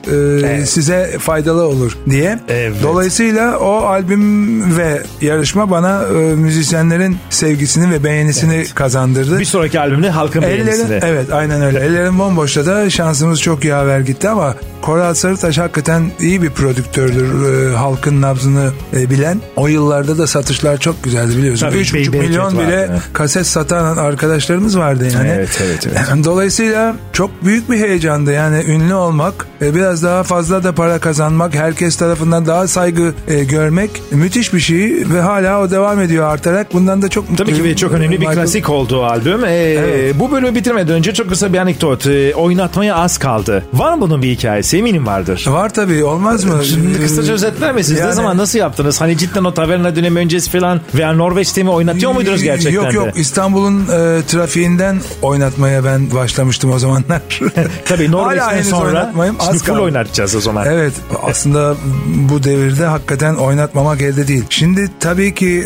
size faydalı olur diye. Evet. Dolayısıyla o albüm ve yarışma bana müzisyenlerin sevgisini ve beğenisini kazandırdı. Bir sonraki albümde halkın beğenisini. Evet, aynen öyle. Ellerin Bomboş'ta da şansımız çok yaver gitti ama Koral Sarıtaş hakikaten iyi bir prodüktördür. Halkın nabzını bilen. O yıllarda da satışlar çok güzeldi, biliyorsun. 3,5 milyon bile kaset satan arkadaşlarımız vardı yani. Evet. Dolayısıyla çok büyük bir heyecandı. Yani ünlü olmak, biraz daha fazla da para kazanmak, herkes tarafından daha saygı görmek müthiş bir şey ve hala o devam ediyor artarak. Bundan da çok tabii ki çok önemli bir klasik oldu albüm. Bu bölümü bitirmeden önce çok kısa bir anekdot. Oynatmaya az kaldı. Var mı bunun bir hikayesi? Eminim vardır. Var tabii, olmaz mı? Şimdi kısaca özetler misiniz? Yani, ne zaman, nasıl yaptınız? Hani cidden o taverna dönemi öncesi falan veya Norveç'te mi oynatıyor muydunuz gerçekten? Yok. İstanbul'un trafiğinden oynatmaya ben başlamıştım o zamanlar. Tabii Norveç'ten sonra şimdi full oynatacağız o zaman. Evet. Aslında bu devirde hakikaten oynatmamak elde değil. Şimdi tabii ki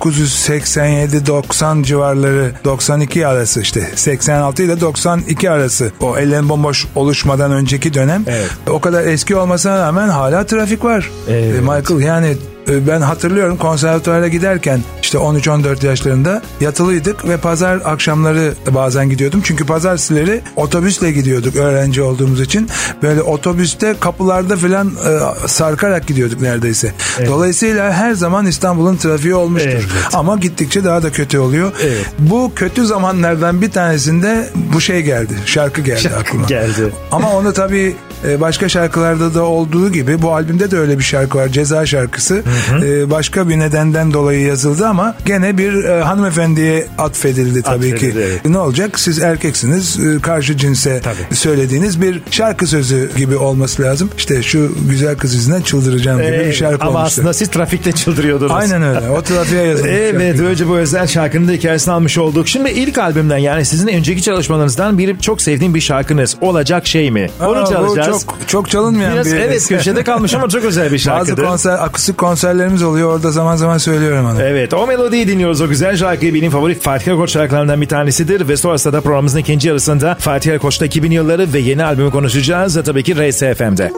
1987-90 civarları, 92 arası, işte 86 ile 92 arası, o Ellerin Bomboş oluşmadan önceki dönem. Evet. O kadar eski olmasına rağmen hala trafik var. Evet. Michael, yani Ben hatırlıyorum konservatuvara giderken işte 13-14 yaşlarında yatılıydık ve pazar akşamları bazen gidiyordum. Çünkü pazartesileri otobüsle gidiyorduk öğrenci olduğumuz için. Böyle otobüste kapılarda falan sarkarak gidiyorduk neredeyse. Evet. Dolayısıyla her zaman İstanbul'un trafiği olmuştur. Evet. Ama gittikçe daha da kötü oluyor. Evet. Bu kötü zamanlardan bir tanesinde bu şey geldi. Şarkı geldi aklıma. Geldi. Ama onu tabii başka şarkılarda da olduğu gibi bu albümde de öyle bir şarkı var. Ceza şarkısı. Hı hı. Başka bir nedenden dolayı yazıldı ama gene bir hanımefendiye atfedildi tabii ki. Evet. Ne olacak? Siz erkeksiniz. Karşı cinse söylediğiniz bir şarkı sözü gibi olması lazım. İşte şu güzel kız yüzünden çıldıracağım gibi bir şarkı ama olmuştu. Ama aslında siz trafikte çıldırıyordunuz. Aynen öyle. O trafiğe yazılmış. Evet. Önce bu özel şarkının da hikayesini almış olduk. Şimdi ilk albümden yani sizin önceki çalışmalarınızdan biri çok sevdiğim bir şarkınız. Olacak şey mi? Onu çalacağız. Çok çalınmayan biraz, bir... Evet köşede kalmış ama çok özel bir şarkıdır. Bazı akustik konserlerimiz oluyor. Orada zaman zaman söylüyorum onu. Evet o melodiyi dinliyoruz. O güzel şarkıyı benim favori Fatih Erkoç şarkılarından bir tanesidir. Ve sonrasında da programımızın ikinci yarısında Fatih Erkoç'ta 2000 yılları ve yeni albümü konuşacağız. Tabii ki RSFM'de.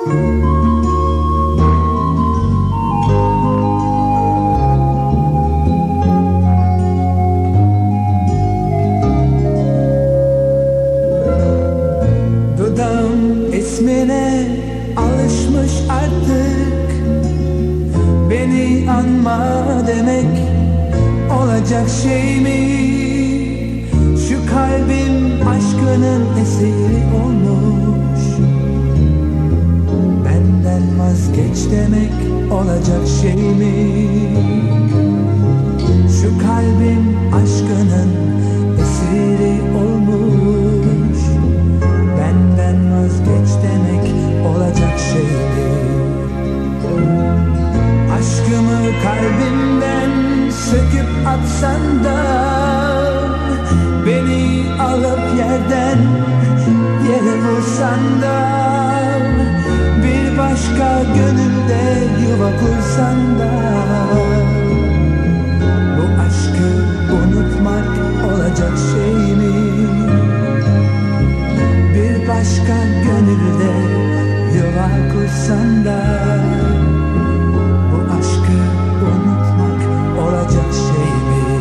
Olacak şey mi? Şu kalbim aşkının esiri olmuş. Benden vazgeç demek olacak şey mi? Şu kalbim aşkının esiri olmuş. Benden vazgeç demek olacak şey mi? Aşkımı kalbimden söküp atsan da beni alıp yerden yere vursan da bir başka gönülde yuva kursan da bu aşkı unutmak olacak şey mi? Bir başka gönülde yuva kursan da bu aşkı unutmak olacak şey mi?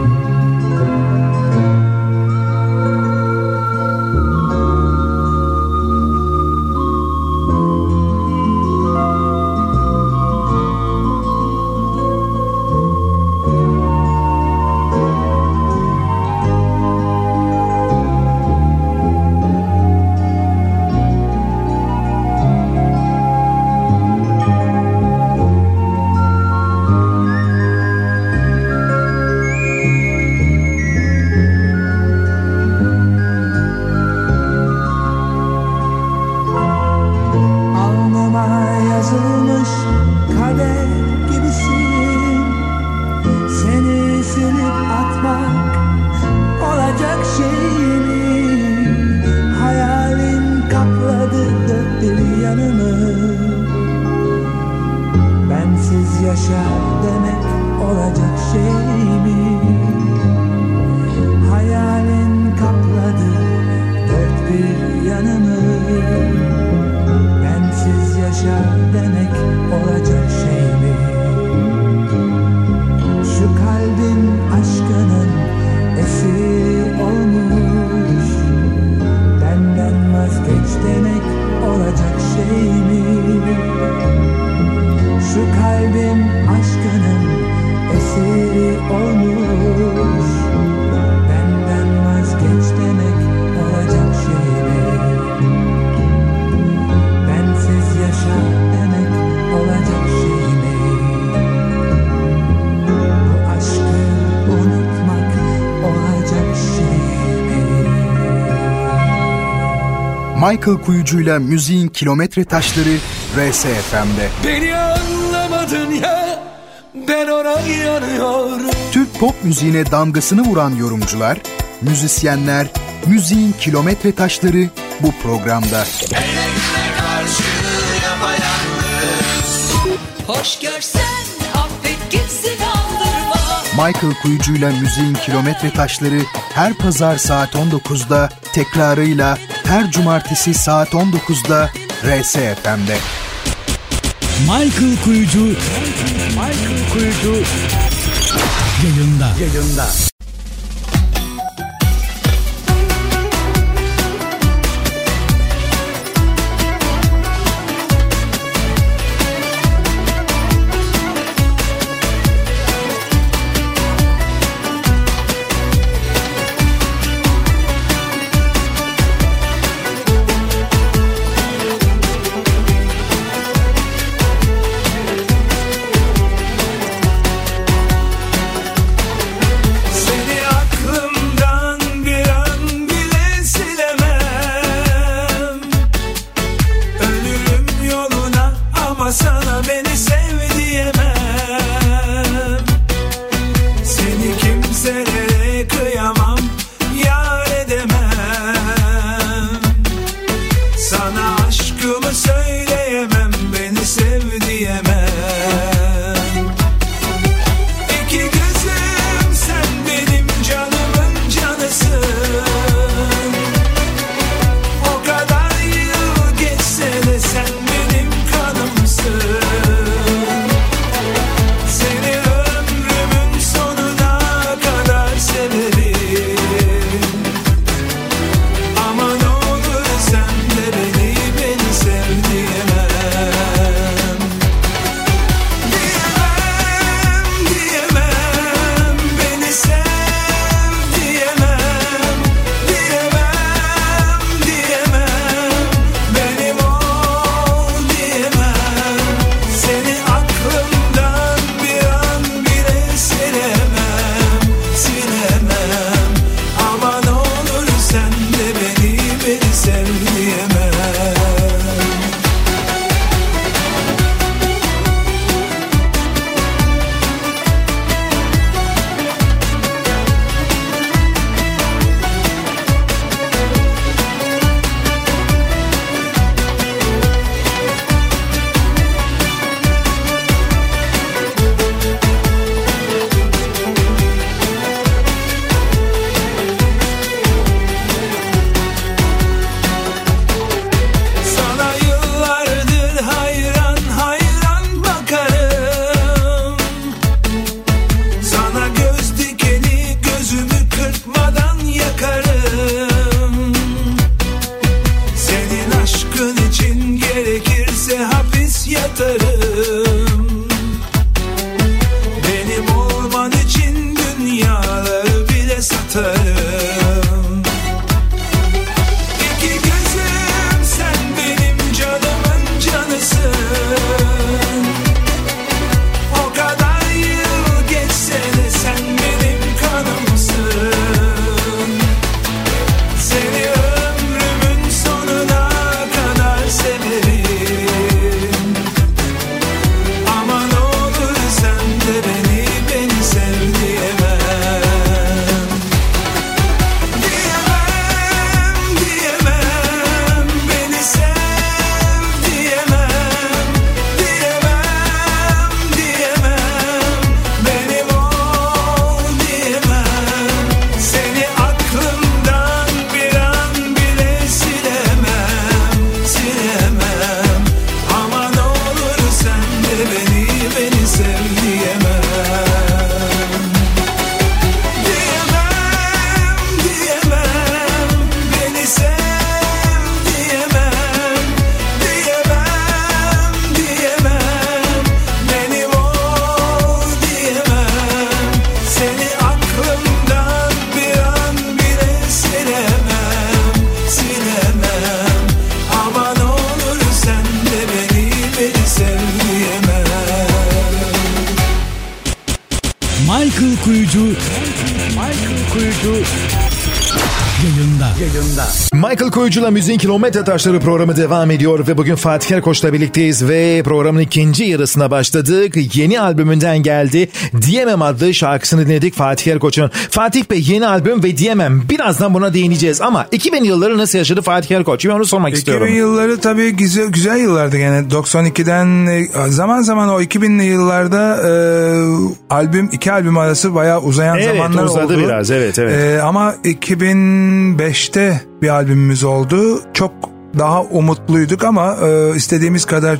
Michael Kuyucu'yla müziğin kilometre taşları RSFM'de. Beni anlamadın ya, ben ona yanıyorum. Türk pop müziğine damgasını vuran yorumcular, müzisyenler, müziğin kilometre taşları bu programda. Eline karşı yapayalnız. Hoş görsen affet gitsin aldırma. Michael Kuyucu'yla müziğin kilometre taşları her pazar saat 19'da, tekrarıyla her cumartesi saat 19'da RSFM'de. Michael Kuyucu yayında. Michael Kuyucu yayında. Michael Kuyucu'la Müziğin Kilometre Taşları programı devam ediyor ve bugün Fatih Erkoç'la birlikteyiz ve programın ikinci yarısına başladık. Yeni albümünden geldi. Diyemem adlı şarkısını dinledik Fatih Erkoç'un. Fatih Bey, yeni albüm ve Diyemem. Birazdan buna değineceğiz ama 2000 yılları nasıl yaşadı Fatih Erkoç? Ben onu sormak istiyorum. 2000 yılları tabii güzel yıllardı gene. 92'den zaman zaman o 2000'li yıllarda iki albüm arası bayağı uzayan zamanlar oldu. Evet, uzadı biraz. Evet. Ama 2005'te bir albümümüz oldu. Çok daha umutluyduk ama istediğimiz kadar çok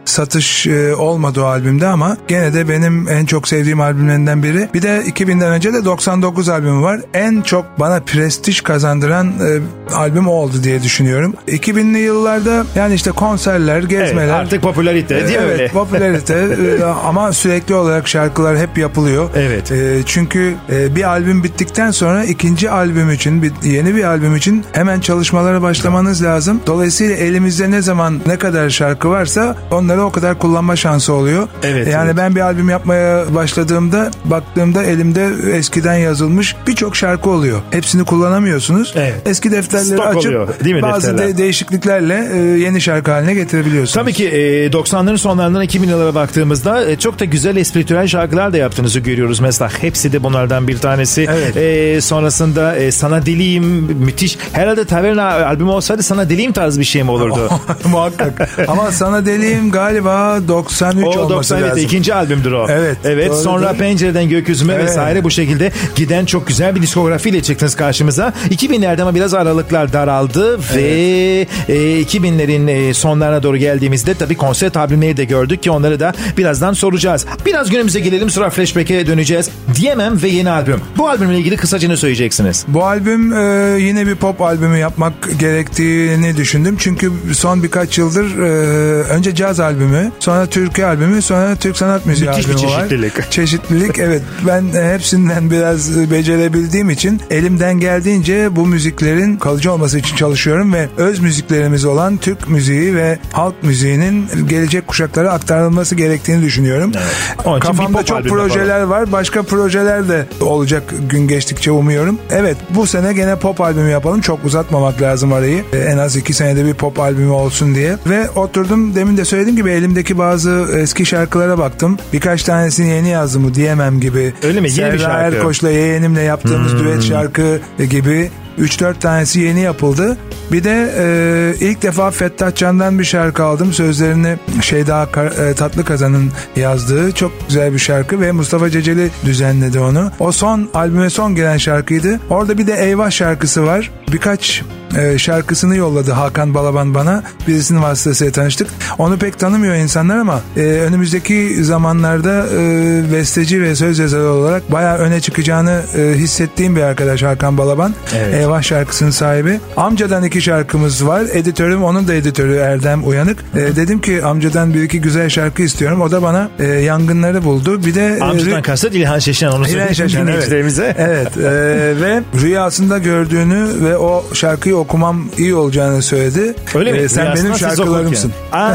satış olmadı o albümde ama gene de benim en çok sevdiğim albümlerinden biri. Bir de 2000'den önce de 99 albümü var. En çok bana prestij kazandıran albüm oldu diye düşünüyorum. 2000'li yıllarda yani işte konserler, gezmeler. Evet, artık popülarite değil mi? Evet, popülarite ama sürekli olarak şarkılar hep yapılıyor. Evet. Çünkü bir albüm bittikten sonra ikinci albüm için, yeni bir albüm için hemen çalışmalara başlamanız lazım. Dolayısıyla elimizde ne zaman ne kadar şarkı varsa onları o kadar kullanma şansı oluyor. Evet, yani evet. ben bir albüm yapmaya başladığımda baktığımda elimde eskiden yazılmış birçok şarkı oluyor. Hepsini kullanamıyorsunuz. Evet. Eski defterleri Stok açıp oluyor, değil mi, bazı değişikliklerle yeni şarkı haline getirebiliyorsunuz. Tabii ki 90'ların sonlarından 2000 yıllara baktığımızda çok da güzel espritüel şarkılar da yaptığınızı görüyoruz. Mesela hepsi de bunlardan bir tanesi. Evet. Sonrasında Sana Deliyim müthiş. Herhalde Taverna albümü olsaydı Sana Deliyim tarzı bir şey mi olurdu? Muhakkak. Ama Sana Deliyim galiba 93 olması lazım. ikinci albümdür o. Evet. Evet. Sonra Pencereden Gökyüzüme evet. vesaire bu şekilde giden çok güzel bir diskografiyle çıktınız karşımıza. 2000'lerde ama biraz aralıklar daraldı ve 2000'lerin sonlarına doğru geldiğimizde tabii konsept albümleri de gördük ki onları da birazdan soracağız. Biraz günümüze gelelim, sonra Flashback'e döneceğiz. Diyemem ve yeni albüm. Bu albümle ilgili kısaca ne söyleyeceksiniz? Bu albüm yine bir pop albümü yapmak gerektiğini düşündüm. Çünkü son birkaç yıldır önce caz albümü, sonra türkü albümü, sonra Türk sanat müziği müthiş albümü bir var. Çeşitlilik evet. Ben hepsinden biraz becerebildiğim için elimden geldiğince bu müziklerin kalıcı olması için çalışıyorum ve öz müziklerimiz olan Türk müziği ve halk müziğinin gelecek kuşaklara aktarılması gerektiğini düşünüyorum. Evet. Kafamda çok projeler var. Başka projeler de olacak gün geçtikçe umuyorum. Evet, bu sene gene pop albümü yapalım. Çok uzatmamak lazım arayı. En az 2 senede bir pop albümü olsun diye. Ve oturdum, demin de söylediğim gibi elimdeki bazı eski şarkılara baktım. Birkaç tanesini yeni yazdım, diyemem gibi. Öyle mi? Yeni bir şarkı. Erkoç'la yeğenimle yaptığımız düet şarkı gibi 3-4 tanesi yeni yapıldı. Bir de ilk defa Fettah Can'dan bir şarkı aldım. Sözlerini Şeyda Tatlıkazan'ın yazdığı çok güzel bir şarkı ve Mustafa Ceceli düzenledi onu. O son albüme son gelen şarkıydı. Orada bir de Eyvah şarkısı var. Birkaç şarkısını yolladı Hakan Balaban bana. Birisinin vasıtasıyla tanıştık. Onu pek tanımıyor insanlar ama önümüzdeki zamanlarda besteci ve söz yazarı olarak bayağı öne çıkacağını hissettiğim bir arkadaş Hakan Balaban. Evet. Eyvah şarkısının sahibi. Amcadan 2 şarkımız var. Editörüm, onun da editörü Erdem Uyanık. Dedim ki amcadan 1-2 güzel şarkı istiyorum. O da bana Yangınları buldu. Bir de amcadan kastet İlhan Şeşen, onu söyleyeyim dinleyicilerimize. Evet. Ve rüyasında gördüğünü ve o şarkıyı okumam iyi olacağını söyledi. Öyle mi? Sen benim şarkılarımsın.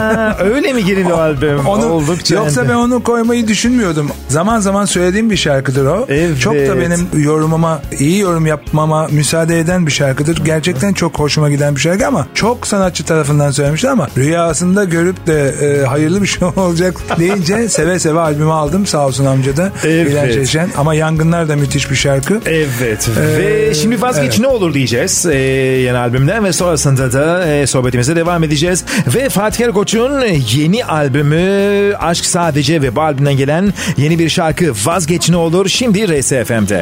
Öyle mi girdi o albüm? Oldukça. Yoksa ben onu koymayı düşünmüyordum. Zaman zaman söylediğim bir şarkıdır o. Evet. Çok da benim yorumuma, iyi yorum yapmama müsaade eden bir şarkıdır. Gerçekten çok hoşuma giden bir şarkı ama çok sanatçı tarafından söylemişler ama rüyasında görüp de hayırlı bir şey olacak deyince seve seve albümü aldım. Sağ olsun amca da. Evet. İlhan Şeşen. Ama Yangınlar da müthiş bir şarkı. Evet. Ve şimdi vazgeç ne olur diyeceğiz yeni albümden ve sonrasında da sohbetimize devam edeceğiz. Ve Fatih Erkoç'un yeni albümü Aşk Sadece ve bu albümden gelen yeni bir şarkı Vazgeç ne olur şimdi RSFM'de.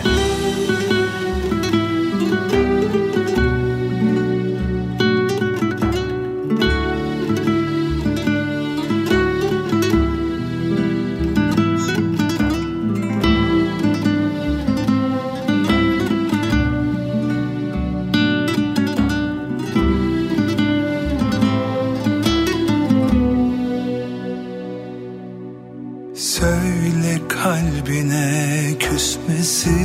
Söyle kalbine küsmesin,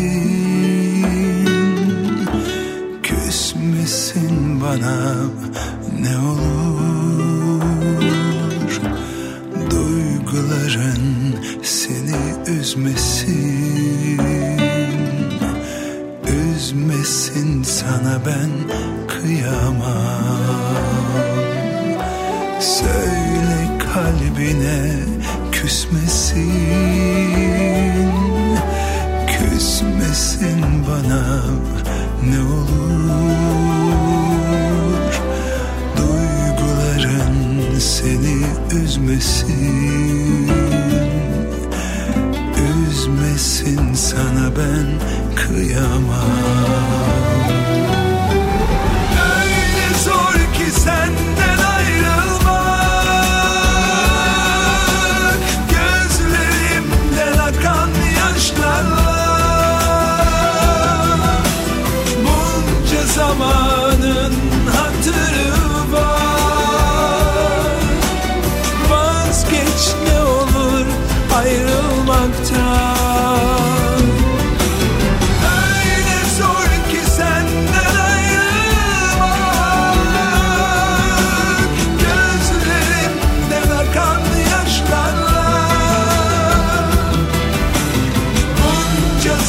küsmesin bana ne olur. Duyguların seni üzmesin, üzmesin sana ben kıyamam. Söyle kalbine küsmesin, küsmesin bana ne olur. Duyguların seni üzmesin, üzmesin sana ben kıyamam. Öyle zor ki senden ayrılmak,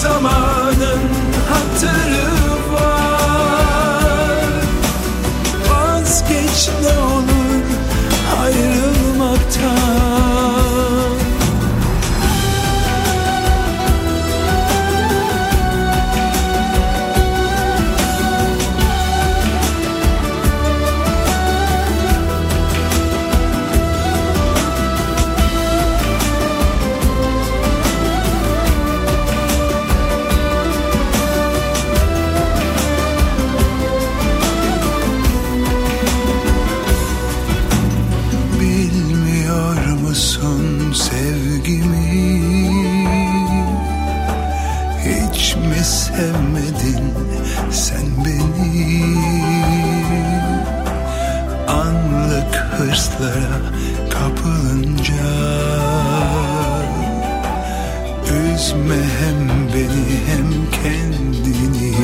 zamanın hatırı var. Vazgeç ne olur ayrılmaktan. Sevmedin sen beni, anlık hırslara kapılınca. Üzme hem beni hem kendini.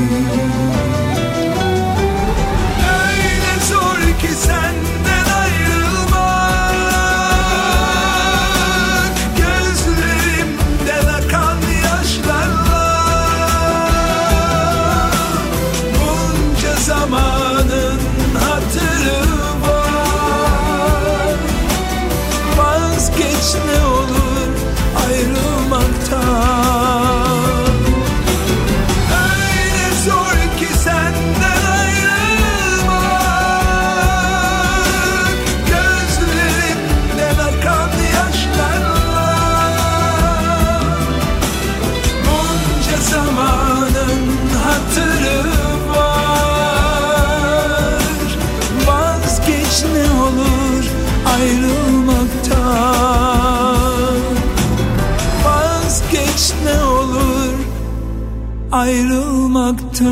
Öyle zor ki senden ayrılmak, gözlerimden akan yaşlarla. Zamanın hatırı var. Vazgeç ne olur ayrılmaktan. Öyle zor ki senden ayrılmak, gözlerimden akan yaşlarla. Bunca zamanın hatırı ne olur ayrılmaktan. Vazgeç ne olur ayrılmaktan.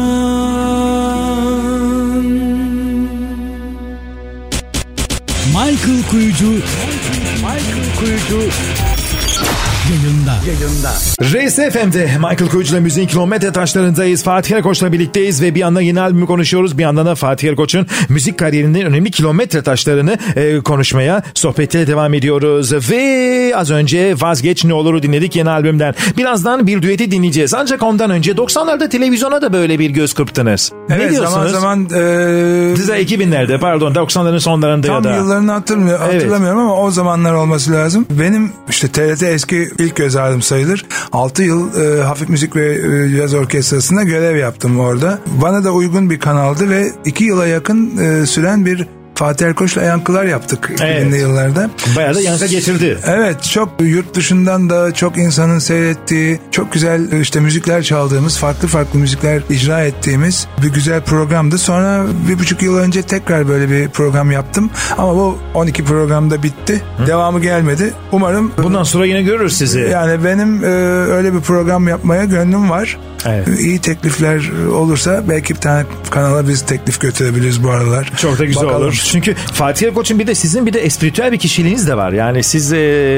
Michael Kuyucu yayında. Reis FM'de Michael Koç'la müziğin kilometre taşlarındayız. Fatih Erkoç'la birlikteyiz ve bir yandan yeni albümü konuşuyoruz. Bir yandan da Fatih Erkoç'un müzik kariyerinin önemli kilometre taşlarını konuşmaya, sohbete devam ediyoruz. Ve az önce Vazgeç Ne Olur'u dinledik yeni albümden. Birazdan bir düeti dinleyeceğiz. Ancak ondan önce 90'larda televizyona da böyle bir göz kırptınız. Evet, ne diyorsunuz? Zaman Size 2000'lerde pardon 90'ların sonlarında ya da. Tam yıllarını hatırlamıyorum ama o zamanlar olması lazım. Benim işte TRT eski ilk göz ağrım sayılır. 6 yıl hafif müzik ve caz orkestrasında görev yaptım orada. Bana da uygun bir kanaldı ve 2 yıla yakın süren bir Fatih Erkoç'la yankılar yaptık 2000'li yıllarda. Bayağı da yankı getirdi. Evet, çok yurt dışından da çok insanın seyrettiği, çok güzel işte müzikler çaldığımız, farklı müzikler icra ettiğimiz bir güzel programdı. Sonra 1,5 yıl önce tekrar böyle bir program yaptım. Ama bu 12 programda bitti. Devamı gelmedi. Umarım bundan sonra yine görürüz sizi. Yani benim öyle bir program yapmaya gönlüm var. Evet. İyi teklifler olursa belki bir tane kanala biz teklif götürebiliriz bu aralar. Çok da güzel olur. Çünkü Fatih Erkoç'un bir de sizin bir de espritüel bir kişiliğiniz de var. Yani siz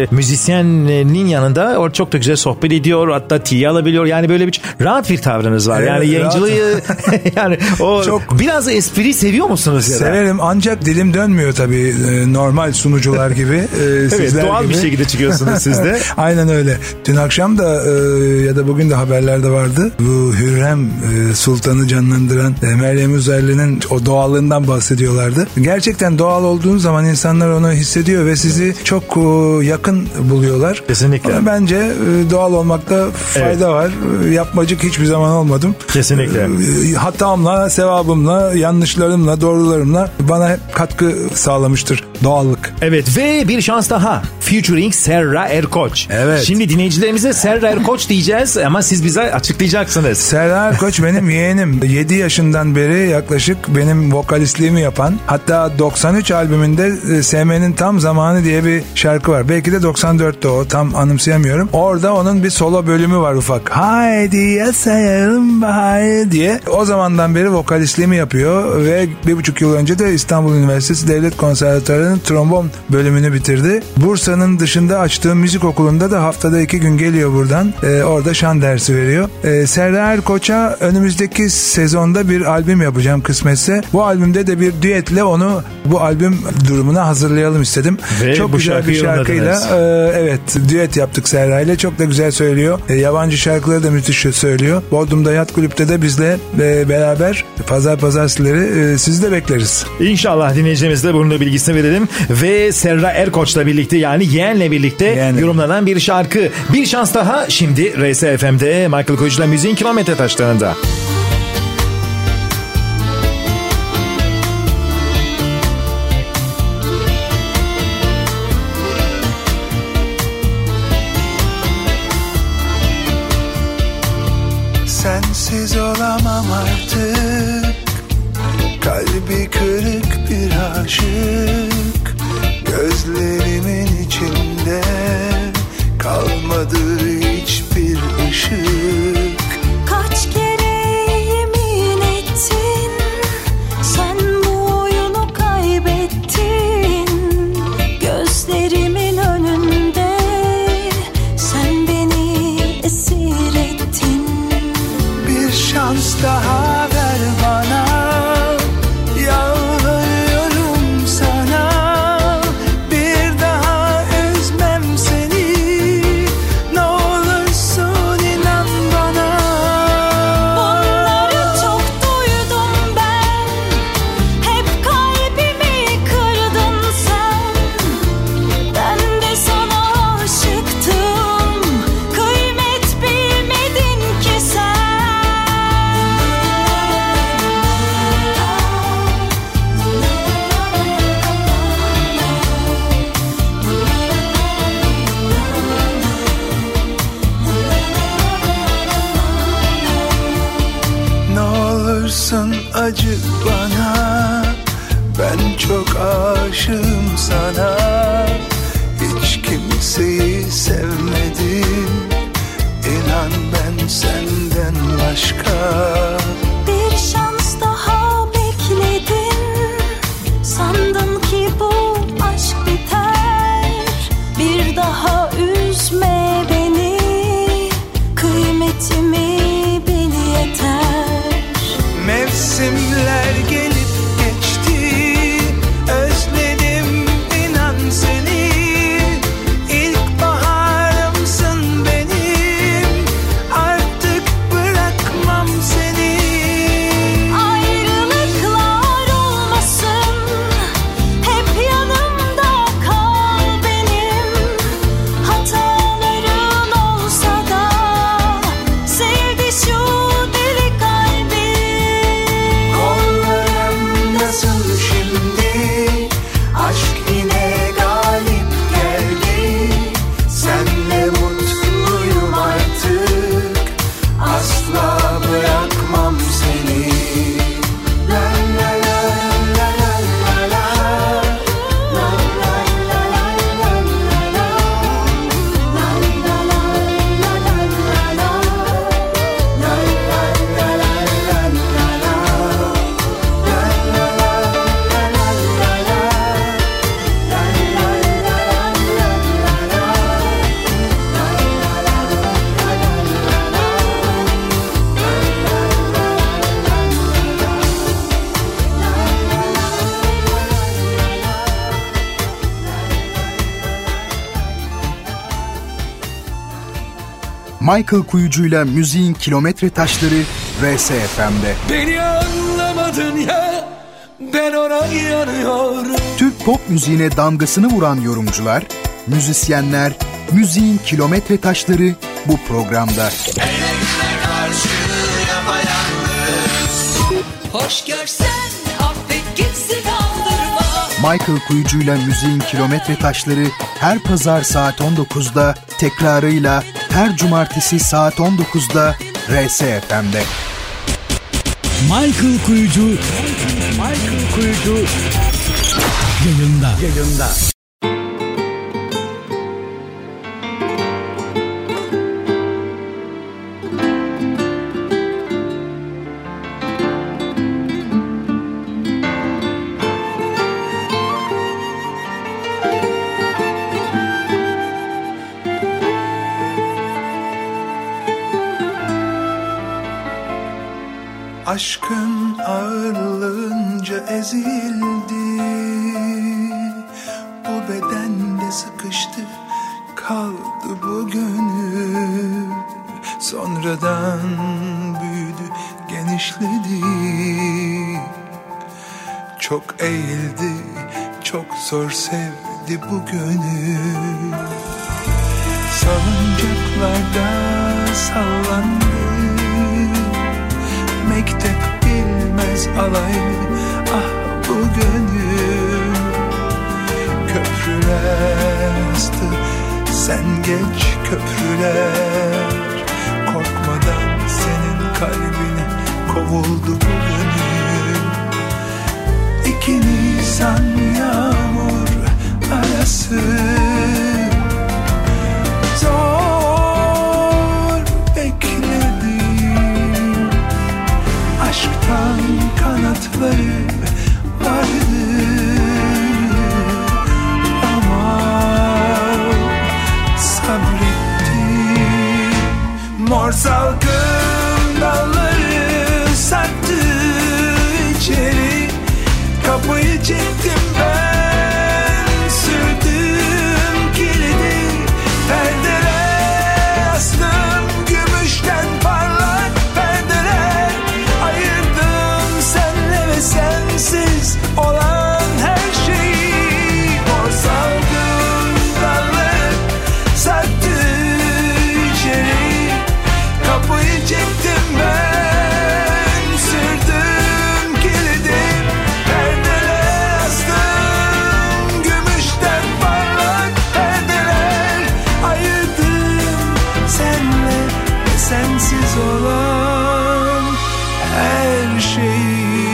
müzisyenin yanında o çok da güzel sohbet ediyor. Hatta tiye alabiliyor. Yani böyle bir rahat bir tavrınız var. Yani yayıncılığı yani o çok biraz da espriyi seviyor musunuz ya da? Severim ancak dilim dönmüyor tabii normal sunucular gibi. Evet, doğal gibi bir şekilde çıkıyorsunuz siz de. Aynen öyle. Dün akşam da ya da bugün de haberlerde vardı. Bu Hürrem Sultan'ı canlandıran Meryem Üzerli'nin o doğallığından bahsediyorlardı. Gerçekten doğal olduğun zaman insanlar onu hissediyor ve sizi çok yakın buluyorlar. Kesinlikle. Ama bence doğal olmakta fayda var. Yapmacık hiçbir zaman olmadım. Kesinlikle. Hatamla, sevabımla, yanlışlarımla, doğrularımla bana hep katkı sağlamıştır doğallık. Evet ve bir şans daha. Featuring Serra Erkoç. Evet. Şimdi dinleyicilerimize Serra Erkoç diyeceğiz ama siz bize açıklayacaksınız. Serra Erkoç benim yeğenim. 7 yaşından beri yaklaşık benim vokalistliğimi yapan, hatta 93 albümünde Sevmenin Tam Zamanı diye bir şarkı var. Belki de 94'te o, tam anımsayamıyorum. Orada onun bir solo bölümü var ufak. Haydi yaşayalım haydi diye. O zamandan beri vokalistliğimi yapıyor ve 1,5 yıl önce de İstanbul Üniversitesi Devlet Konservatuarı'nın trombon bölümünü bitirdi. Bursa'nın programlarının dışında açtığım müzik okulunda da haftada 2 gün geliyor buradan. Orada şan dersi veriyor. Serra Erkoç'a önümüzdeki sezonda bir albüm yapacağım kısmetse. Bu albümde de bir düetle onu bu albüm durumuna hazırlayalım istedim. Ve çok güzel bir şarkıyla evet düet yaptık Serra ile. Çok da güzel söylüyor. Yabancı şarkıları da müthiş söylüyor. Bodrum'da Yat Kulüp'te de bizle beraber pazartesileri sizi de bekleriz. İnşallah dinleyicilerimizle bunun da bilgisini verelim. Ve Serra Erkoç'la birlikte yani Yeğen'le birlikte yorumlanan bir şarkı. Bir şans daha şimdi RSFM'de Michael Koyucu'la müziğin kilometre taşlarında. Sensiz olamam artık, kalbi kırık bir aşık. Gözlerimin içinde kalmadı hiçbir ışık. Kaç kere yemin ettin, sen bu oyunu kaybettin. Gözlerimin önünde sen beni esir ettin. Bir şans daha ver bana, yalvarıyorum sana. Bir daha üzmem seni, ne olursun inan bana. Bunları çok duydum ben, hep kalbimi kırdın sen. Ben de sana aşıktım, kıymet bilmedin ki sen. Ne olursun acı bana, ben çok aşığım sana. Hiç kimseyi sevmedim, inan ben senden başka. Bir şans daha bekledin, sandın ki bu aşk biter. Bir daha üzme beni, kıymetimi bil yeter. Mevsimler gelip geçti, özledim inan seni. İlkbaharımsın benim, artık bırakmam seni. Ayrılıklar olmasın, hep yanımda kal benim. Hataların olsa da sevdi şu deli kalbi. Kollarım nasıl şimdi, aşk yine galip geldi. Senle mutluyum artık, asla bırakmam seni. La la la la la la la. La la la la la la la. La la la la la la la. La la la la la la la. Michael Kuyucu'yla müziğin kilometre taşları RSFM'de. Beni anlamadın ya, ben ona yanıyorum. Türk pop müziğine damgasını vuran yorumcular, müzisyenler, müziğin kilometre taşları bu programda. Hoş görsen affet gitsin aldırma. Michael Kuyucu'yla müziğin kilometre taşları her pazar saat 19'da, tekrarıyla her cumartesi saat 19'da RSFM'de. Michael Kuyucu yayında. Aşkın ağırlığınca ezildi, bu bedende sıkıştı kaldı bu gönül. Sonradan büyüdü, genişledi, çok eğildi, çok zor sevdi bu gönül. Salıncaklarda sallandı, mektep bilmez alaylı, ah bu gönül. Köprüler astı, sen geç köprüler, korkmadan senin kalbine kovuldu bu gönül. 2 Nisan yağmur arası, zor bekledim. Aşktan kanatları vardı ama sabrettim. Mor salkım dalları sarktı içeri, kapıyı çektim ben, sürdüm kilidi, perdeler astım, gümüşten parlak perdeler, ayırdım senle ve sensiz olan her şeyi. Mor salkım dalları sarktı içeri, kapıyı çektim ben, sürdüm kilidi, perdeler astım, gümüşten parlak perdeler, ayırdım senle ve sensiz olan her şeyi.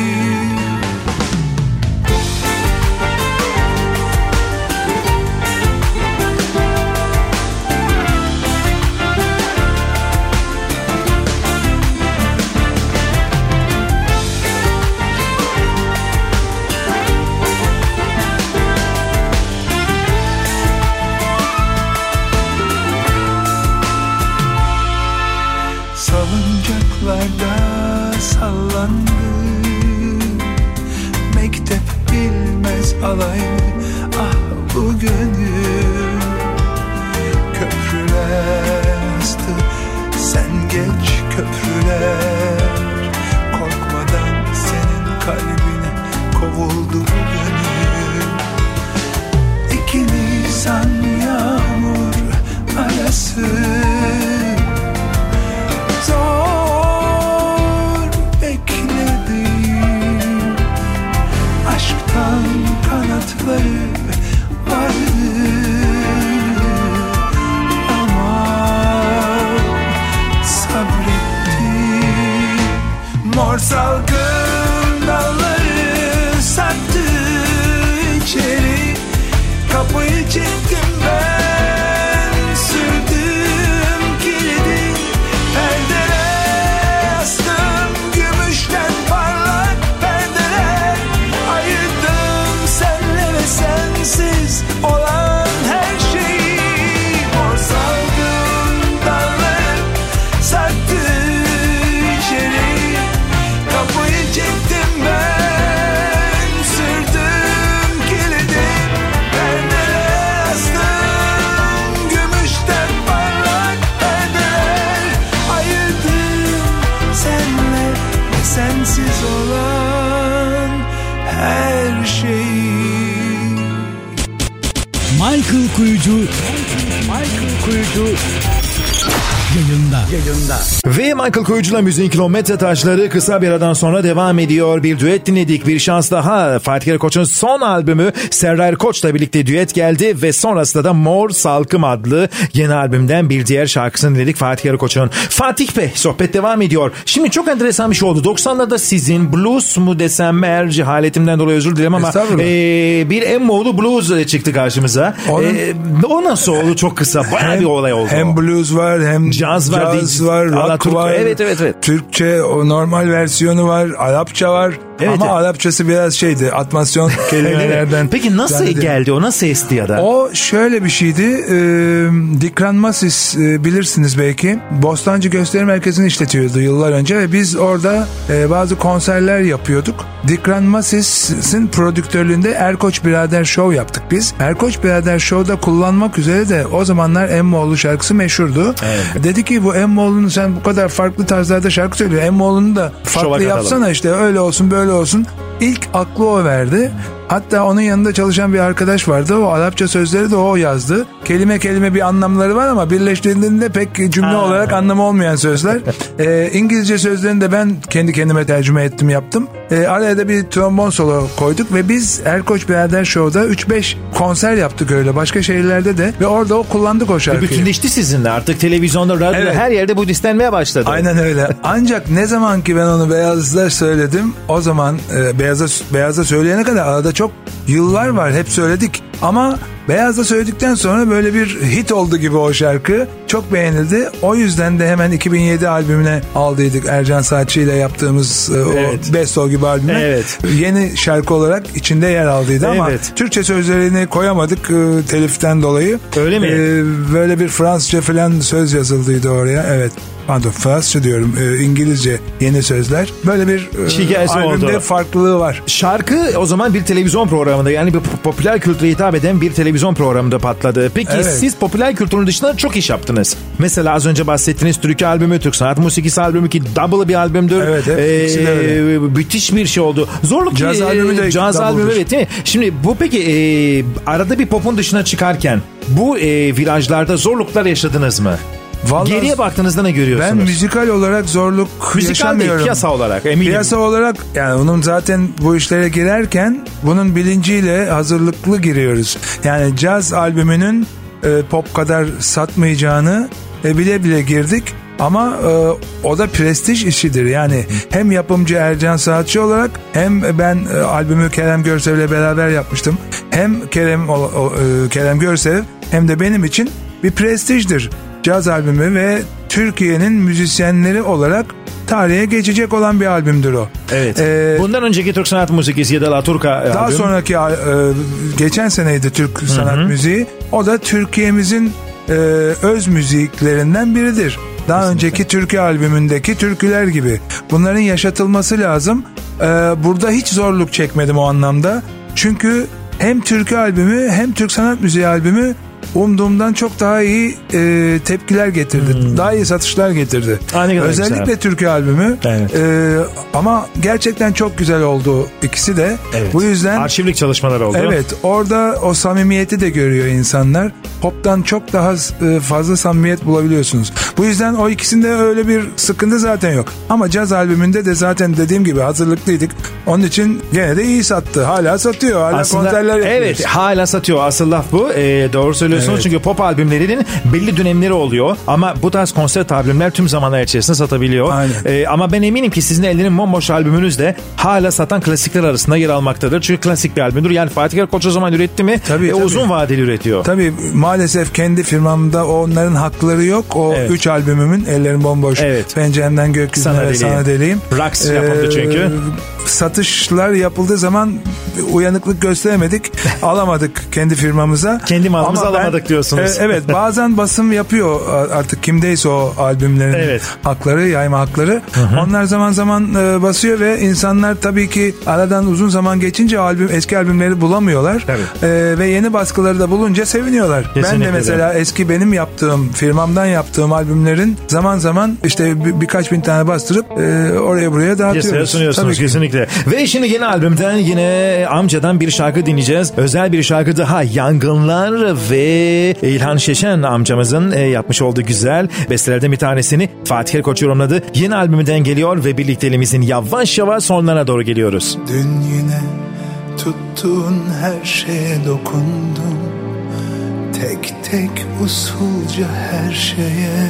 Salıncaklarda sallandı, mektep bilmez alaylı, ah bu gönül. Köprüler astı, sen geç köprüler, korkmadan senin kalbine kovuldu bu gönül. 2 Nisan yağmur arası, zor bekledim. Aşktan kanatları vardı ama sabrettim. Mor salkım dalları sarktı içeri, kapıyı çektim ben, sürdüm kilidi, perdeler astım, gümüşten parlak perdeler, ayırdım senle ve sensiz olan her şeyi. Mor salkım dalları sarktı içeri, kapıyı çektim ben, sürdüm kilidi, perdeler astım, gümüşten parlak perdeler, ayırdım senle ve sensiz olan her şeyi. Michael Kuyucu yayında. Ve Michael Kuyucu'la Müziğin Kilometre Taşları kısa bir aradan sonra devam ediyor. Bir düet dinledik. Bir şans daha. Fatih Erkoç'un son albümü Serra Erkoç'la birlikte düet geldi ve sonrasında da Mor Salkım adlı yeni albümden bir diğer şarkısını dinledik Fatih Erkoç'un. Fatih Bey, sohbet devam ediyor. Şimdi çok enteresan bir şey oldu. 90'larda sizin blues mu desem, eğer cehaletimden dolayı özür dilerim ama bir Emmoğlu blues çıktı karşımıza. O nasıl oldu? Çok kısa. Bayağı bir olay oldu. Hem blues var, hem caz var, rock var. Evet. Türkçe o normal versiyonu var, Arapça var. Evet, Ama Arapçası biraz şeydi, atmasyon kelimelerden. Peki nasıl geldi o? Nasıl esti ya da? O şöyle bir şeydi. Dikran Masis bilirsiniz belki. Bostancı Gösteri Merkezi'ni işletiyordu yıllar önce ve biz orada bazı konserler yapıyorduk. Dikran Masis'in prodüktörlüğünde Erkoç Birader Show yaptık biz. Erkoç Birader Show'da kullanmak üzere de o zamanlar Emmoğlu şarkısı meşhurdu. Evet. Dedi ki bu Emmoğlu'nu sen bu kadar farklı tarzlarda şarkı söylüyor. Emmoğlu'nu da farklı yapsana, işte öyle olsun böyle olsun. İlk aklı o verdi. Hatta onun yanında çalışan bir arkadaş vardı. O Arapça sözleri de o yazdı. Kelime kelime bir anlamları var ama birleştirildiğinde pek cümle olarak anlamı olmayan sözler. İngilizce sözlerini de ben kendi kendime tercüme ettim, yaptım. Araya da bir trombon solo koyduk ve biz Erkoç Birader Show'da 3-5 konser yaptık öyle başka şehirlerde de ve orada kullandık o şarkıyı. Bütünleşti sizinle artık televizyonda, radyoda, her yerde bu listenmeye başladı. Aynen öyle. Ancak ne zaman ki ben onu Beyaz'da söyledim, o zaman Beyaz'da söyleyene kadar arada çok yıllar var, hep söyledik ama Beyaz'da söyledikten sonra böyle bir hit oldu gibi o şarkı. Çok beğenildi. O yüzden de hemen 2007 albümüne aldıydık. Ercan Saatçi ile yaptığımız o Best of gibi albümü. Evet. Yeni şarkı olarak içinde yer aldıydı ama Türkçe sözlerini koyamadık teliften dolayı. Öyle mi? Böyle bir Fransızca falan söz yazıldıydı oraya. Evet. Pardon, Fransızca diyorum, İngilizce yeni sözler. Böyle bir albümde oldu. Farklılığı var. Şarkı o zaman bir televizyon programında, yani bir popüler kültüre hitap eden bir televizyon programında patladı. Peki siz popüler kültürün dışında çok iş yaptınız. Mesela az önce bahsettiğiniz Türkiye albümü, Türk Sanat Musikisi albümü ki double bir albümdür. Evet. Müthiş bir şey oldu. Zorluk Caz albümü de caz albümü, evet, değil mi? Şimdi bu peki arada bir popun dışına çıkarken bu virajlarda zorluklar yaşadınız mı? Vallahi geriye baktığınızda ne görüyorsunuz? Ben müzikal olarak zorluk yaşamıyorum. Değil, piyasa olarak eminim. Piyasa olarak yani bunun zaten bu işlere girerken bunun bilinciyle hazırlıklı giriyoruz. Yani caz albümünün pop kadar satmayacağını bile bile girdik. Ama o da prestij işidir. Yani hem yapımcı Ercan Saatçi olarak hem ben albümü Kerem Görsev'le beraber yapmıştım. Hem Kerem Görsev hem de benim için bir prestijdir. Caz albümü ve Türkiye'nin müzisyenleri olarak tarihe geçecek olan bir albümdür o. Evet. Bundan önceki Türk Sanat Musikisi ya da La Turca daha albüm. Sonraki geçen seneydi Türk Sanat Müziği. O da Türkiye'mizin öz müziklerinden biridir. Daha kesinlikle. Önceki Türkiye albümündeki türküler gibi. Bunların yaşatılması lazım. Burada hiç zorluk çekmedim o anlamda. Çünkü hem türkü albümü hem Türk Sanat Müziği albümü umduğumdan çok daha iyi tepkiler getirdi. Daha iyi satışlar getirdi. Özellikle Türkiye albümü. Evet. Ama gerçekten çok güzel oldu ikisi de. Evet. Bu yüzden arşivlik çalışmalar oldu. Evet. Orada o samimiyeti de görüyor insanlar. Pop'tan çok daha fazla samimiyet bulabiliyorsunuz. Bu yüzden o ikisinde öyle bir sıkıntı zaten yok. Ama caz albümünde de zaten dediğim gibi hazırlıklıydık. Onun için gene de iyi sattı. Hala satıyor. Hala aslında, konserler yapıyoruz. Evet, hala satıyor. Asıl laf bu. Doğru söylüyorsunuz. Evet. Çünkü pop albümlerinin belli dönemleri oluyor. Ama bu tarz konsept albümler tüm zamanlar içerisinde satabiliyor. Ama ben eminim ki sizin ellerinin bomboş albümünüz de hala satan klasikler arasında yer almaktadır. Çünkü klasik bir albümdür. Yani Fatih Erkoç o zaman üretti mi? Tabii. Uzun vadeli üretiyor. Tabii. Maalesef kendi firmamda onların hakları yok. O 3 albümümün ellerim bomboş. Evet. Penceremden gökyüzüne ve sana deliyim. Rax yapıldı çünkü. Satışlar yapıldığı zaman uyanıklık gösteremedik. Alamadık kendi firmamıza. Kendi malımızı alamadık diyorsunuz. Evet, bazen basım yapıyor artık kimdeyse o albümlerin hakları, yayma hakları. Hı-hı. Onlar zaman zaman basıyor ve insanlar tabii ki aradan uzun zaman geçince eski albümleri bulamıyorlar. Ve yeni baskıları da bulunca seviniyorlar. Kesinlikle. Ben de mesela eski benim yaptığım, firmamdan yaptığım albümlerin zaman zaman işte birkaç bin tane bastırıp oraya buraya dağıtıyoruz. Sunuyorsunuz kesinlikle. Ve şimdi yeni albümden yine amcadan bir şarkı dinleyeceğiz. Özel bir şarkı daha, Yangınlar ve İlhan Şeşen amcamızın yapmış olduğu güzel bestelerden bir tanesini Fatih Erkoç yorumladı. Yeni albümünden geliyor ve birlikteliğimizin yavaş yavaş sonlarına doğru geliyoruz. Dün yine tuttuğun her şeye dokundum, tek tek usulca her şeye.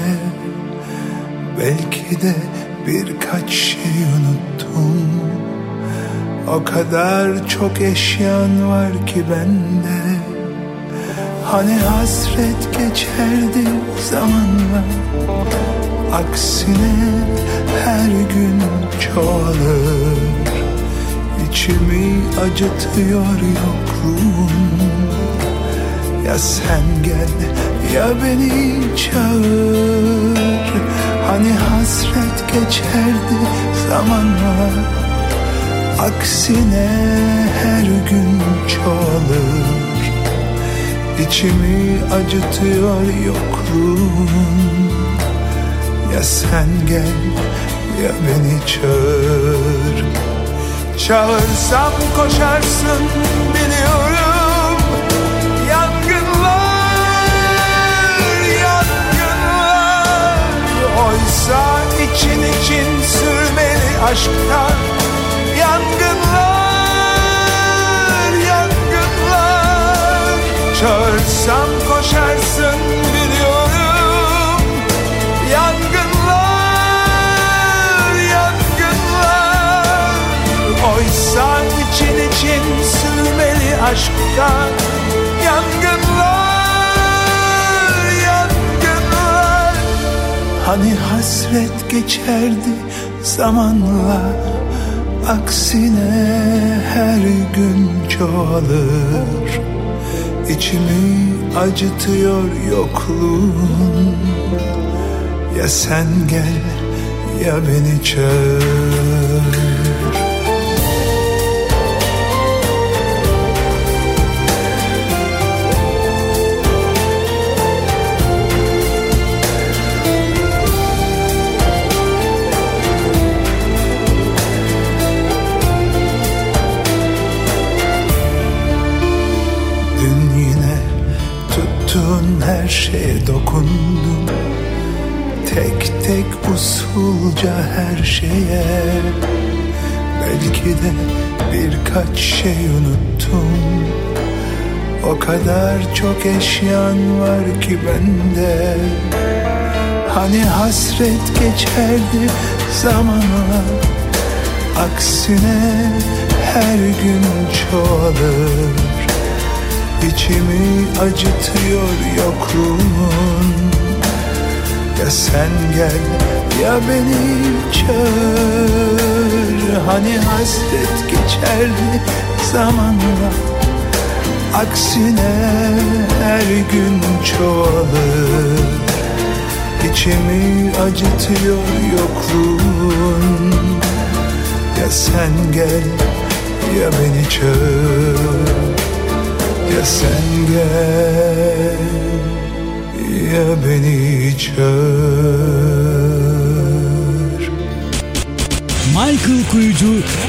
Belki de birkaç şey unuttum. O kadar çok eşyan var ki bende. Hani hasret geçerdi zamanla, aksine her gün çoğalır. İçimi acıtıyor yokluğun. Ya sen gel ya beni çağır. Hani hasret geçerdi zamanla, aksine her gün çoğalır. İçimi acıtıyor yokluğun. Ya sen gel ya beni çağır. Çağırsam koşarsın biliyorum. Yangınlar, yangınlar. Oysa için sürmeli aşklar. Yangınlar, yangınlar. Çağırsam koşarsın biliyorum. Yangınlar, yangınlar. Oysa için sürmeli aşklar. Yangınlar, yangınlar. Hani hasret geçerdi zamanla, aksine her gün çoğalır. İçimi acıtıyor yokluğun. Ya sen gel ya beni çağır. Her şeye dokundum, tek tek usulca her şeye. Belki de birkaç şey unuttum. O kadar çok eşyan var ki bende. Hani hasret geçerdi zamanla, aksine her gün çoğalır. İçimi acıtıyor yokluğun. Ya sen gel ya beni çağır. Hani hasret geçerdi zamanla, aksine her gün çoğalır. İçimi acıtıyor yokluğun. Ya sen gel ya beni çağır. Ya sen gel ya beni çağır. Michael Kuyucu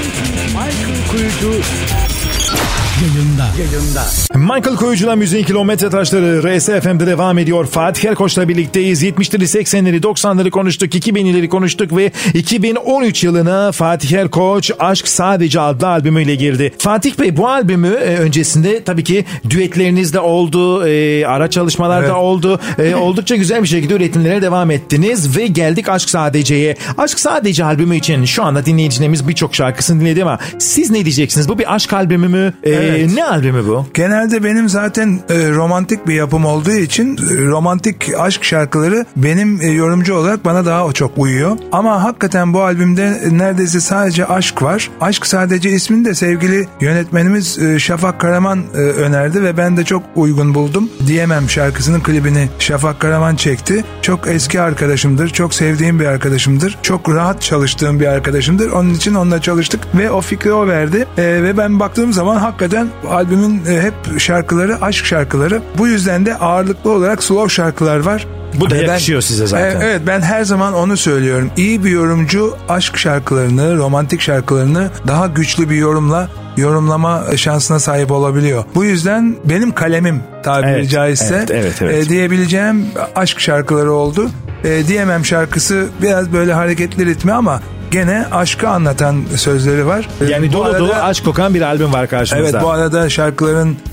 yayında. Michael Kuyucu'la Müziğin Kilometre Taşları RSFM'de devam ediyor. Fatih Erkoç'la birlikteyiz. 70'leri, 80'leri, 90'ları konuştuk. 2000'leri konuştuk ve 2013 yılına Fatih Erkoç Aşk Sadece adlı albümüyle girdi. Fatih Bey, bu albümü öncesinde tabii ki düetleriniz de oldu. Ara çalışmalar da oldu. Oldukça güzel bir şekilde üretimlere devam ettiniz ve geldik Aşk Sadece'ye. Aşk Sadece albümü için şu anda dinleyicilerimiz birçok şarkısını dinledi ama siz ne diyeceksiniz? Bu bir aşk albümü mü? Ne albümü bu? Genelde benim zaten romantik bir yapım olduğu için romantik aşk şarkıları benim yorumcu olarak bana daha çok uyuyor. Ama hakikaten bu albümde neredeyse sadece aşk var. Aşk Sadece ismini de sevgili yönetmenimiz Şafak Karaman önerdi ve ben de çok uygun buldum. Diyemem şarkısının klibini Şafak Karaman çekti. Çok eski arkadaşımdır. Çok sevdiğim bir arkadaşımdır. Çok rahat çalıştığım bir arkadaşımdır. Onun için onunla çalıştık ve o fikri o verdi. Ve ben baktığım zaman hakikaten albümün hep şarkıları aşk şarkıları. Bu yüzden de ağırlıklı olarak slow şarkılar var. Bu da yakışıyor size zaten. Evet, ben her zaman onu söylüyorum. İyi bir yorumcu aşk şarkılarını, romantik şarkılarını daha güçlü bir yorumlama şansına sahip olabiliyor. Bu yüzden benim kalemim tabiri caizse diyebileceğim aşk şarkıları oldu. Diyemem şarkısı biraz böyle hareketli ritmi ama gene aşkı anlatan sözleri var. Yani dolu aşk kokan bir albüm var karşımızda. Evet, bu arada şarkıların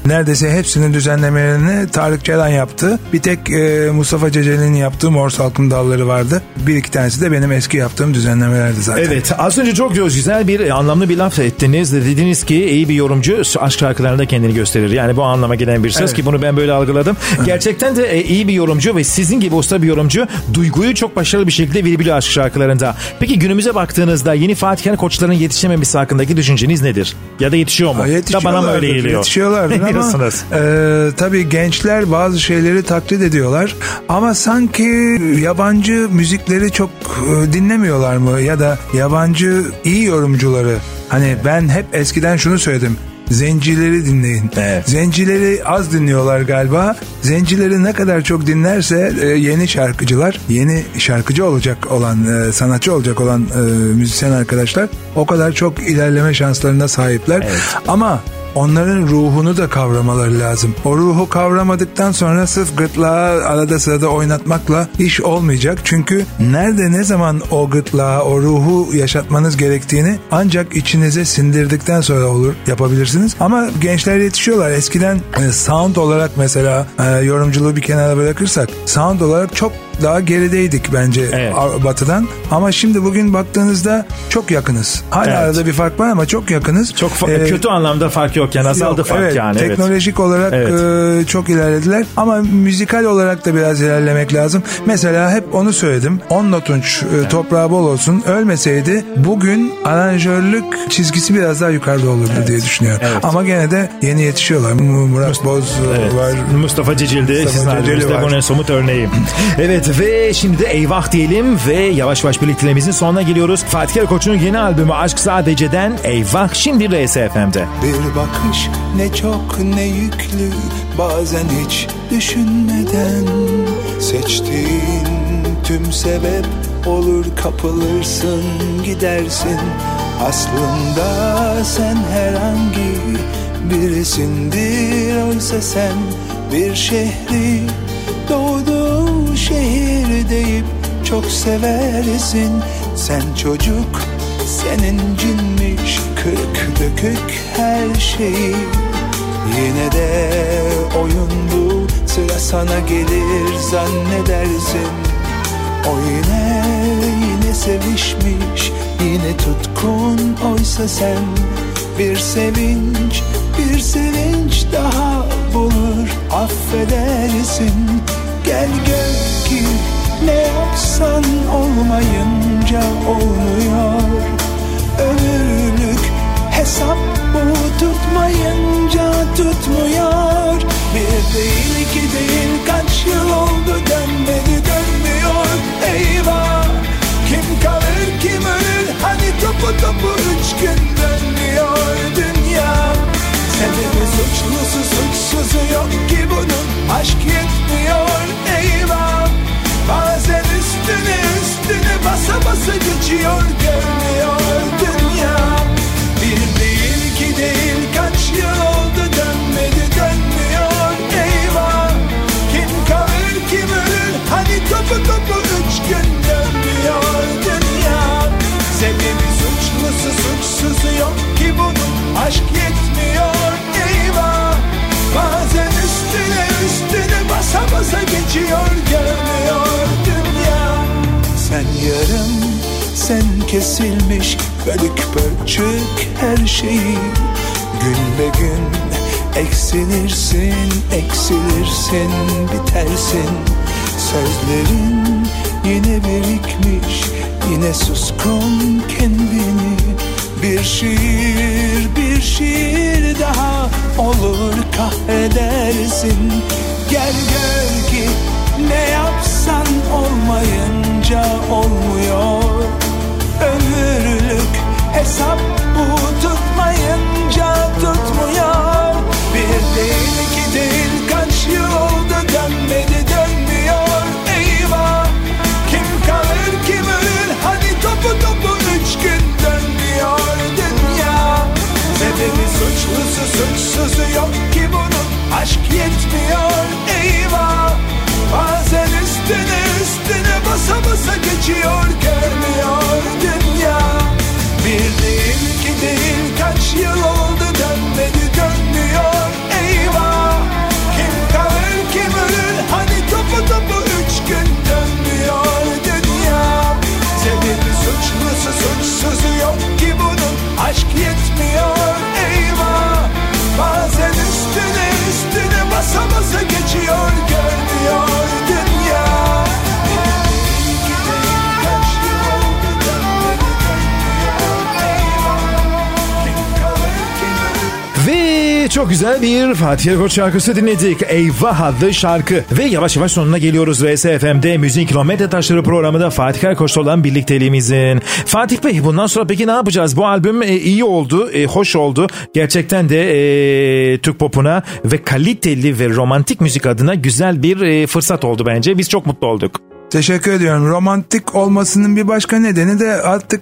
neredeyse hepsinin düzenlemelerini Tarık Ceylan yaptı. Bir tek Mustafa Ceceli'nin yaptığı Mor Salkım Dalları vardı. Bir iki tanesi de benim eski yaptığım düzenlemelerdi zaten. Evet, az önce çok güzel bir anlamlı bir laf ettiniz. Dediniz ki iyi bir yorumcu aşk şarkılarında kendini gösterir. Yani bu anlama gelen bir söz, evet. Ki bunu ben böyle algıladım. Gerçekten de iyi bir yorumcu ve sizin gibi usta bir yorumcu duyguyu çok başarılı bir şekilde verebiliyor aşk şarkılarında. Peki günümüze baktığınızda yeni Fatih Erkoçların yetişememesi hakkındaki düşünceniz nedir? Ya da yetişiyor mu? Da bana mı öyle geliyor? Yetişiyorlardır ama tabii gençler bazı şeyleri taklit ediyorlar. Ama sanki yabancı müzikleri çok dinlemiyorlar mı? Ya da yabancı iyi yorumcuları. Hani ben hep eskiden şunu söyledim. Zencileri dinleyin. Evet. Zencileri az dinliyorlar galiba. Zencileri ne kadar çok dinlerse yeni şarkıcılar, yeni şarkıcı olacak olan, sanatçı olacak olan müzisyen arkadaşlar o kadar çok ilerleme şanslarına sahipler. Evet. Ama onların ruhunu da kavramaları lazım. O ruhu kavramadıktan sonra sırf gırtlağı arada sırada oynatmakla iş olmayacak. Çünkü nerede ne zaman o gırtlağı, o ruhu yaşatmanız gerektiğini ancak içinize sindirdikten sonra olur, yapabilirsiniz. Ama gençler yetişiyorlar. Eskiden sound olarak mesela yorumculuğu bir kenara bırakırsak sound olarak çok daha gerideydik bence, evet. Batı'dan. Ama şimdi bugün baktığınızda çok yakınız. Hala evet. Arada bir fark var ama çok yakınız. Çok kötü anlamda fark yok yani. Azaldı yok, fark evet, yani. Teknolojik olarak evet. Çok ilerlediler. Ama müzikal olarak da biraz ilerlemek lazım. Mesela hep onu söyledim. Onno Tunç evet. Toprağı bol olsun. Ölmeseydi bugün aranjörlük çizgisi biraz daha yukarıda olurdu evet. diye düşünüyorum. Evet. Ama gene de yeni yetişiyorlar. Murat Boz evet. var. Mustafa Ceceli. Sizin albümünüzde bunun en somut örneği. Evet. Ve şimdi de eyvah diyelim ve yavaş yavaş birlikteliğimizin sonuna geliyoruz. Fatih Erkoç'un yeni albümü Aşk Sadece'den Eyvah şimdi RSFM'de. Bir bakış ne çok ne yüklü, bazen hiç düşünmeden seçtiğin tüm sebep olur, kapılırsın gidersin. Aslında sen herhangi birisindir, oysa sen bir şehri doğduğu şehir deyip çok seversin. Sen çocuk, senin cinmiş, kırık dökük her şeyi. Yine de oyundu, sıra sana gelir zannedersin. O yine sevişmiş, yine tutkun, oysa sen bir sevinç daha bulur, affedersin. Gel gör ki ne yapsan olmayınca olmuyor. Ömürlük hesap bu, tutmayınca tutmuyor. Bir değil iki değil kaç yıl oldu, dönmedi dönmüyor. Eyvah, kim kalır kim ölür, hani topu 3 gün dönmüyor dünya. Sebebi suçlusu suçsuzu yok ki bunun, aşk yetmiyor. Eyvah, bazen üstüne basa basa geçiyor, görmüyor dünya. Bir değil iki değil kaç yıl oldu, dönmedi dönmüyor. Eyvah, kim kalır kim ölür, hani topu 3 gün dönmüyor dünya. Sebebi suçlusu suçsuzu yok ki bunun, aşk yetmiyor. Eyvah, bazen üstüne basa basa geçiyor, görmüyor dünya. Sen yarım, sen kesilmiş, bölük pörçük her şeyi. Gün be gün eksilirsin, bitersin. Sözlerin yine birikmiş, yine suskun kendini. Bir şiir daha olur, kahredersin. Gel gör ki ne yapsan olmayınca olmuyor. Ömürlük hesap bu, tutmayınca tutmuyor. Bir değil iki değil kaç yıl oldu, dönmedi dönmüyor. Eyvah, kim kalır kim ölür, hani topu 3 gün dönmüyor dünya. Sebebi suçlusu suçsuzu yok ki bunun, aşk yetmiyor. Eyvah, bazen üstüne basa basa geçiyor, görmüyor dünya. Bir değil iki değil kaç yıl oldu, dönmedi dönmüyor. Eyvah, çok güzel bir Fatih Erkoç şarkısı dinledik. Eyvah adlı şarkı. Ve yavaş yavaş sonuna geliyoruz RSFM'de Müziğin Kilometre Taşları programında Fatih Erkoç'la olan birlikteliğimizin. Fatih Bey, bundan sonra peki ne yapacağız? Bu albüm iyi oldu, hoş oldu. Gerçekten de Türk popuna ve kaliteli ve romantik müzik adına güzel bir fırsat oldu bence. Biz çok mutlu olduk. Teşekkür ediyorum. Romantik olmasının bir başka nedeni de artık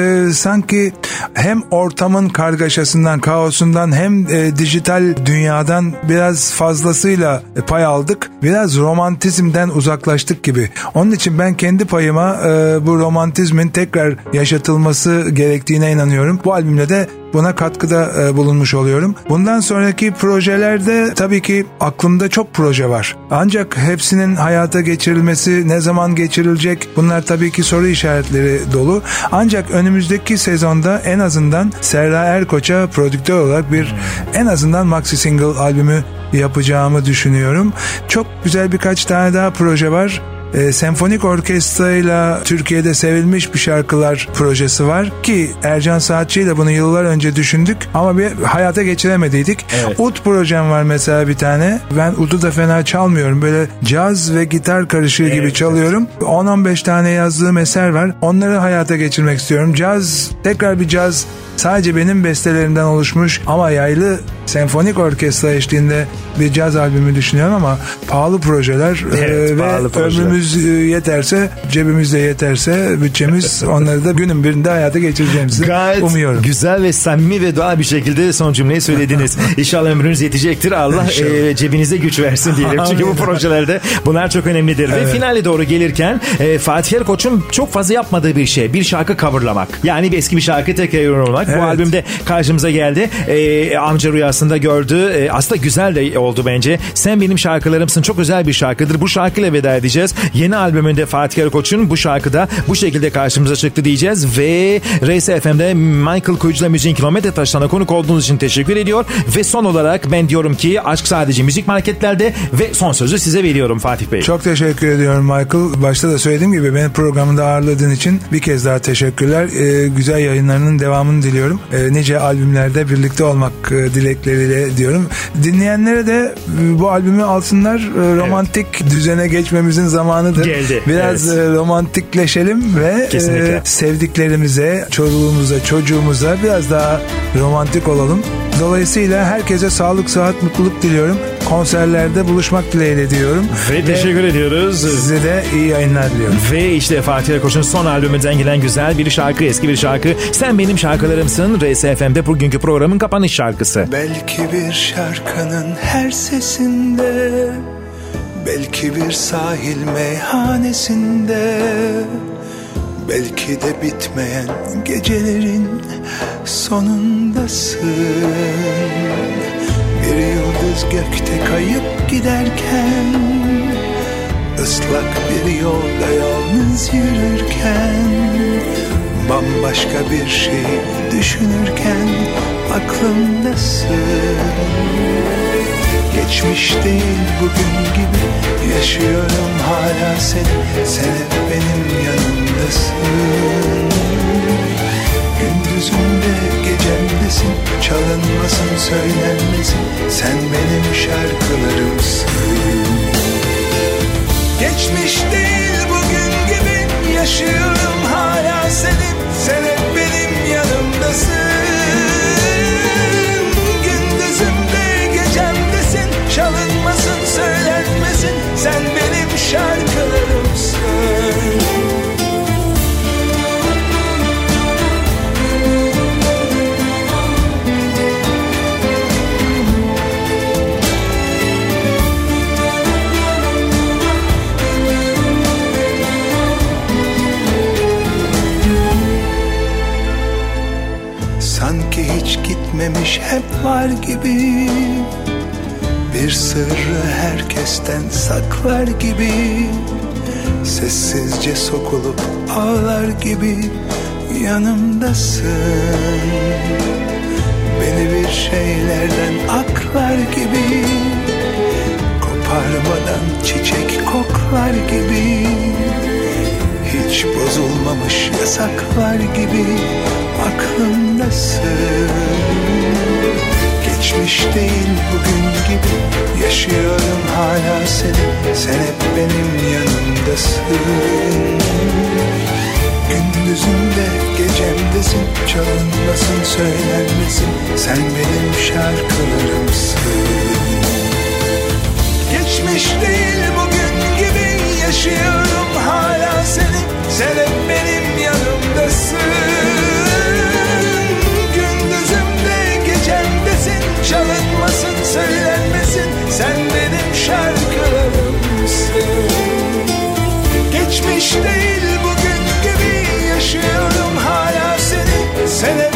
sanki hem ortamın kargaşasından, kaosundan hem dijital dünyadan biraz fazlasıyla pay aldık. Biraz romantizmden uzaklaştık gibi. Onun için ben kendi payıma bu romantizmin tekrar yaşatılması gerektiğine inanıyorum. Bu albümle de buna katkıda bulunmuş oluyorum. Bundan sonraki projelerde tabii ki aklımda çok proje var. Ancak hepsinin hayata geçirilmesi ne zaman geçirilecek? Bunlar tabii ki soru işaretleri dolu. Ancak önümüzdeki sezonda en azından Serra Erkoç'a prodüktör olarak bir en azından maxi single albümü yapacağımı düşünüyorum. Çok güzel birkaç tane daha proje var. Senfonik orkestrayla Türkiye'de sevilmiş bir şarkılar projesi var ki Ercan Saatçi ile bunu yıllar önce düşündük ama bir hayata geçiremediydik. Evet. Ud projem var mesela bir tane. Ben udu da fena çalmıyorum. Böyle caz ve gitar karışığı gibi çalıyorum. 10-15 tane yazdığım eser var. Onları hayata geçirmek istiyorum. Caz, tekrar bir caz, sadece benim bestelerimden oluşmuş ama yaylı senfonik orkestra eşliğinde bir caz albümü düşünüyorum ama pahalı projeler ve pahalı ömrümüz yeterse, cebimizde yeterse, bütçemiz onları da günün birinde hayata geçireceğimizi umuyorum. Güzel ve samimi ve doğal bir şekilde son cümleyi söylediniz. İnşallah ömrünüz yetecektir. Allah cebinize güç versin diyelim. Çünkü bu projelerde bunlar çok önemlidir. Evet. Ve finale doğru gelirken Fatih Erkoç'un çok fazla yapmadığı bir şey. Bir şarkı coverlamak. Yani bir eski bir şarkı tekrar yorumlamak. Evet. Bu albümde karşımıza geldi. Amca rüyasında gördü. Aslında güzel de oldu bence. Sen benim şarkılarımsın. Çok özel bir şarkıdır. Bu şarkıyla veda edeceğiz. Yeni albümünde Fatih Erkoç'un bu şarkıda bu şekilde karşımıza çıktı diyeceğiz ve RSFM'de Michael Kuyucu'la Müziğin Kilometre Taşlarına konuk olduğunuz için teşekkür ediyor ve son olarak ben diyorum ki aşk sadece müzik marketlerde ve son sözü size veriyorum Fatih Bey. Çok teşekkür ediyorum Michael. Başta da söylediğim gibi beni programında ağırladığın için bir kez daha teşekkürler. Güzel yayınlarının devamını diliyorum. Nice albümlerde birlikte olmak dilekleriyle diyorum. Dinleyenlere de bu albümü alsınlar. Romantik düzene geçmemizin zamanıdır. Geldi. Biraz romantikleşelim ve sevdiklerimize, çoluğumuza, çocuğumuza biraz daha romantik olalım. Dolayısıyla herkese sağlık, sıhhat, mutluluk diliyorum. Konserlerde buluşmak dileğiyle diyorum. Ve teşekkür ediyoruz. Size de iyi yayınlar diliyorum. Ve işte Fatih Erkoç'un son albümünden gelen güzel bir şarkı, eski bir şarkı. Sen benim şarkılarımsın. RSFM'de bugünkü programın kapanış şarkısı. Belki bir şarkının her sesinde, belki bir sahil meyhanesinde, belki de bitmeyen gecelerin sonundasın. Bir yıldız gökte kayıp giderken, ıslak bir yolda yalnız yürürken, bambaşka bir şey düşünürken aklımdasın. Geçmiş değil bugün gibi yaşıyorum hala seni, sen hep benim yanımdasın. Gündüzümde gecemdesin, çalınmasın söylenmesin, sen benim şarkılarımsın. Geçmiş değil bugün gibi yaşıyorum hala seni, sen hep benim yanımdasın. Çalınmasın, söylenmesin, sen benim şarkılarımsın. Sanki hiç gitmemiş, hep var gibi. Bir sırrı herkesten saklar gibi, sessizce sokulup ağlar gibi yanımdasın. Beni bir şeylerden aklar gibi, koparmadan çiçek koklar gibi, hiç bozulmamış yasaklar gibi aklımdasın. Geçmiş değil bugün gibi yaşıyorum hala seni. Sen hep benim yanımdasın. Gündüzümde gecemdesin, çalınmasın söylenmesin, sen benim şarkılarımsın. Geçmiş değil bugün gibi yaşıyorum hala seni. Sen hep benim yanımdasın. Gündüzümde gecemdesin, çalınmasın söylenmesin, sen benim şarkılarımsın. Geçmiş değil bugün gibi yaşıyorum hala seni. Sen hep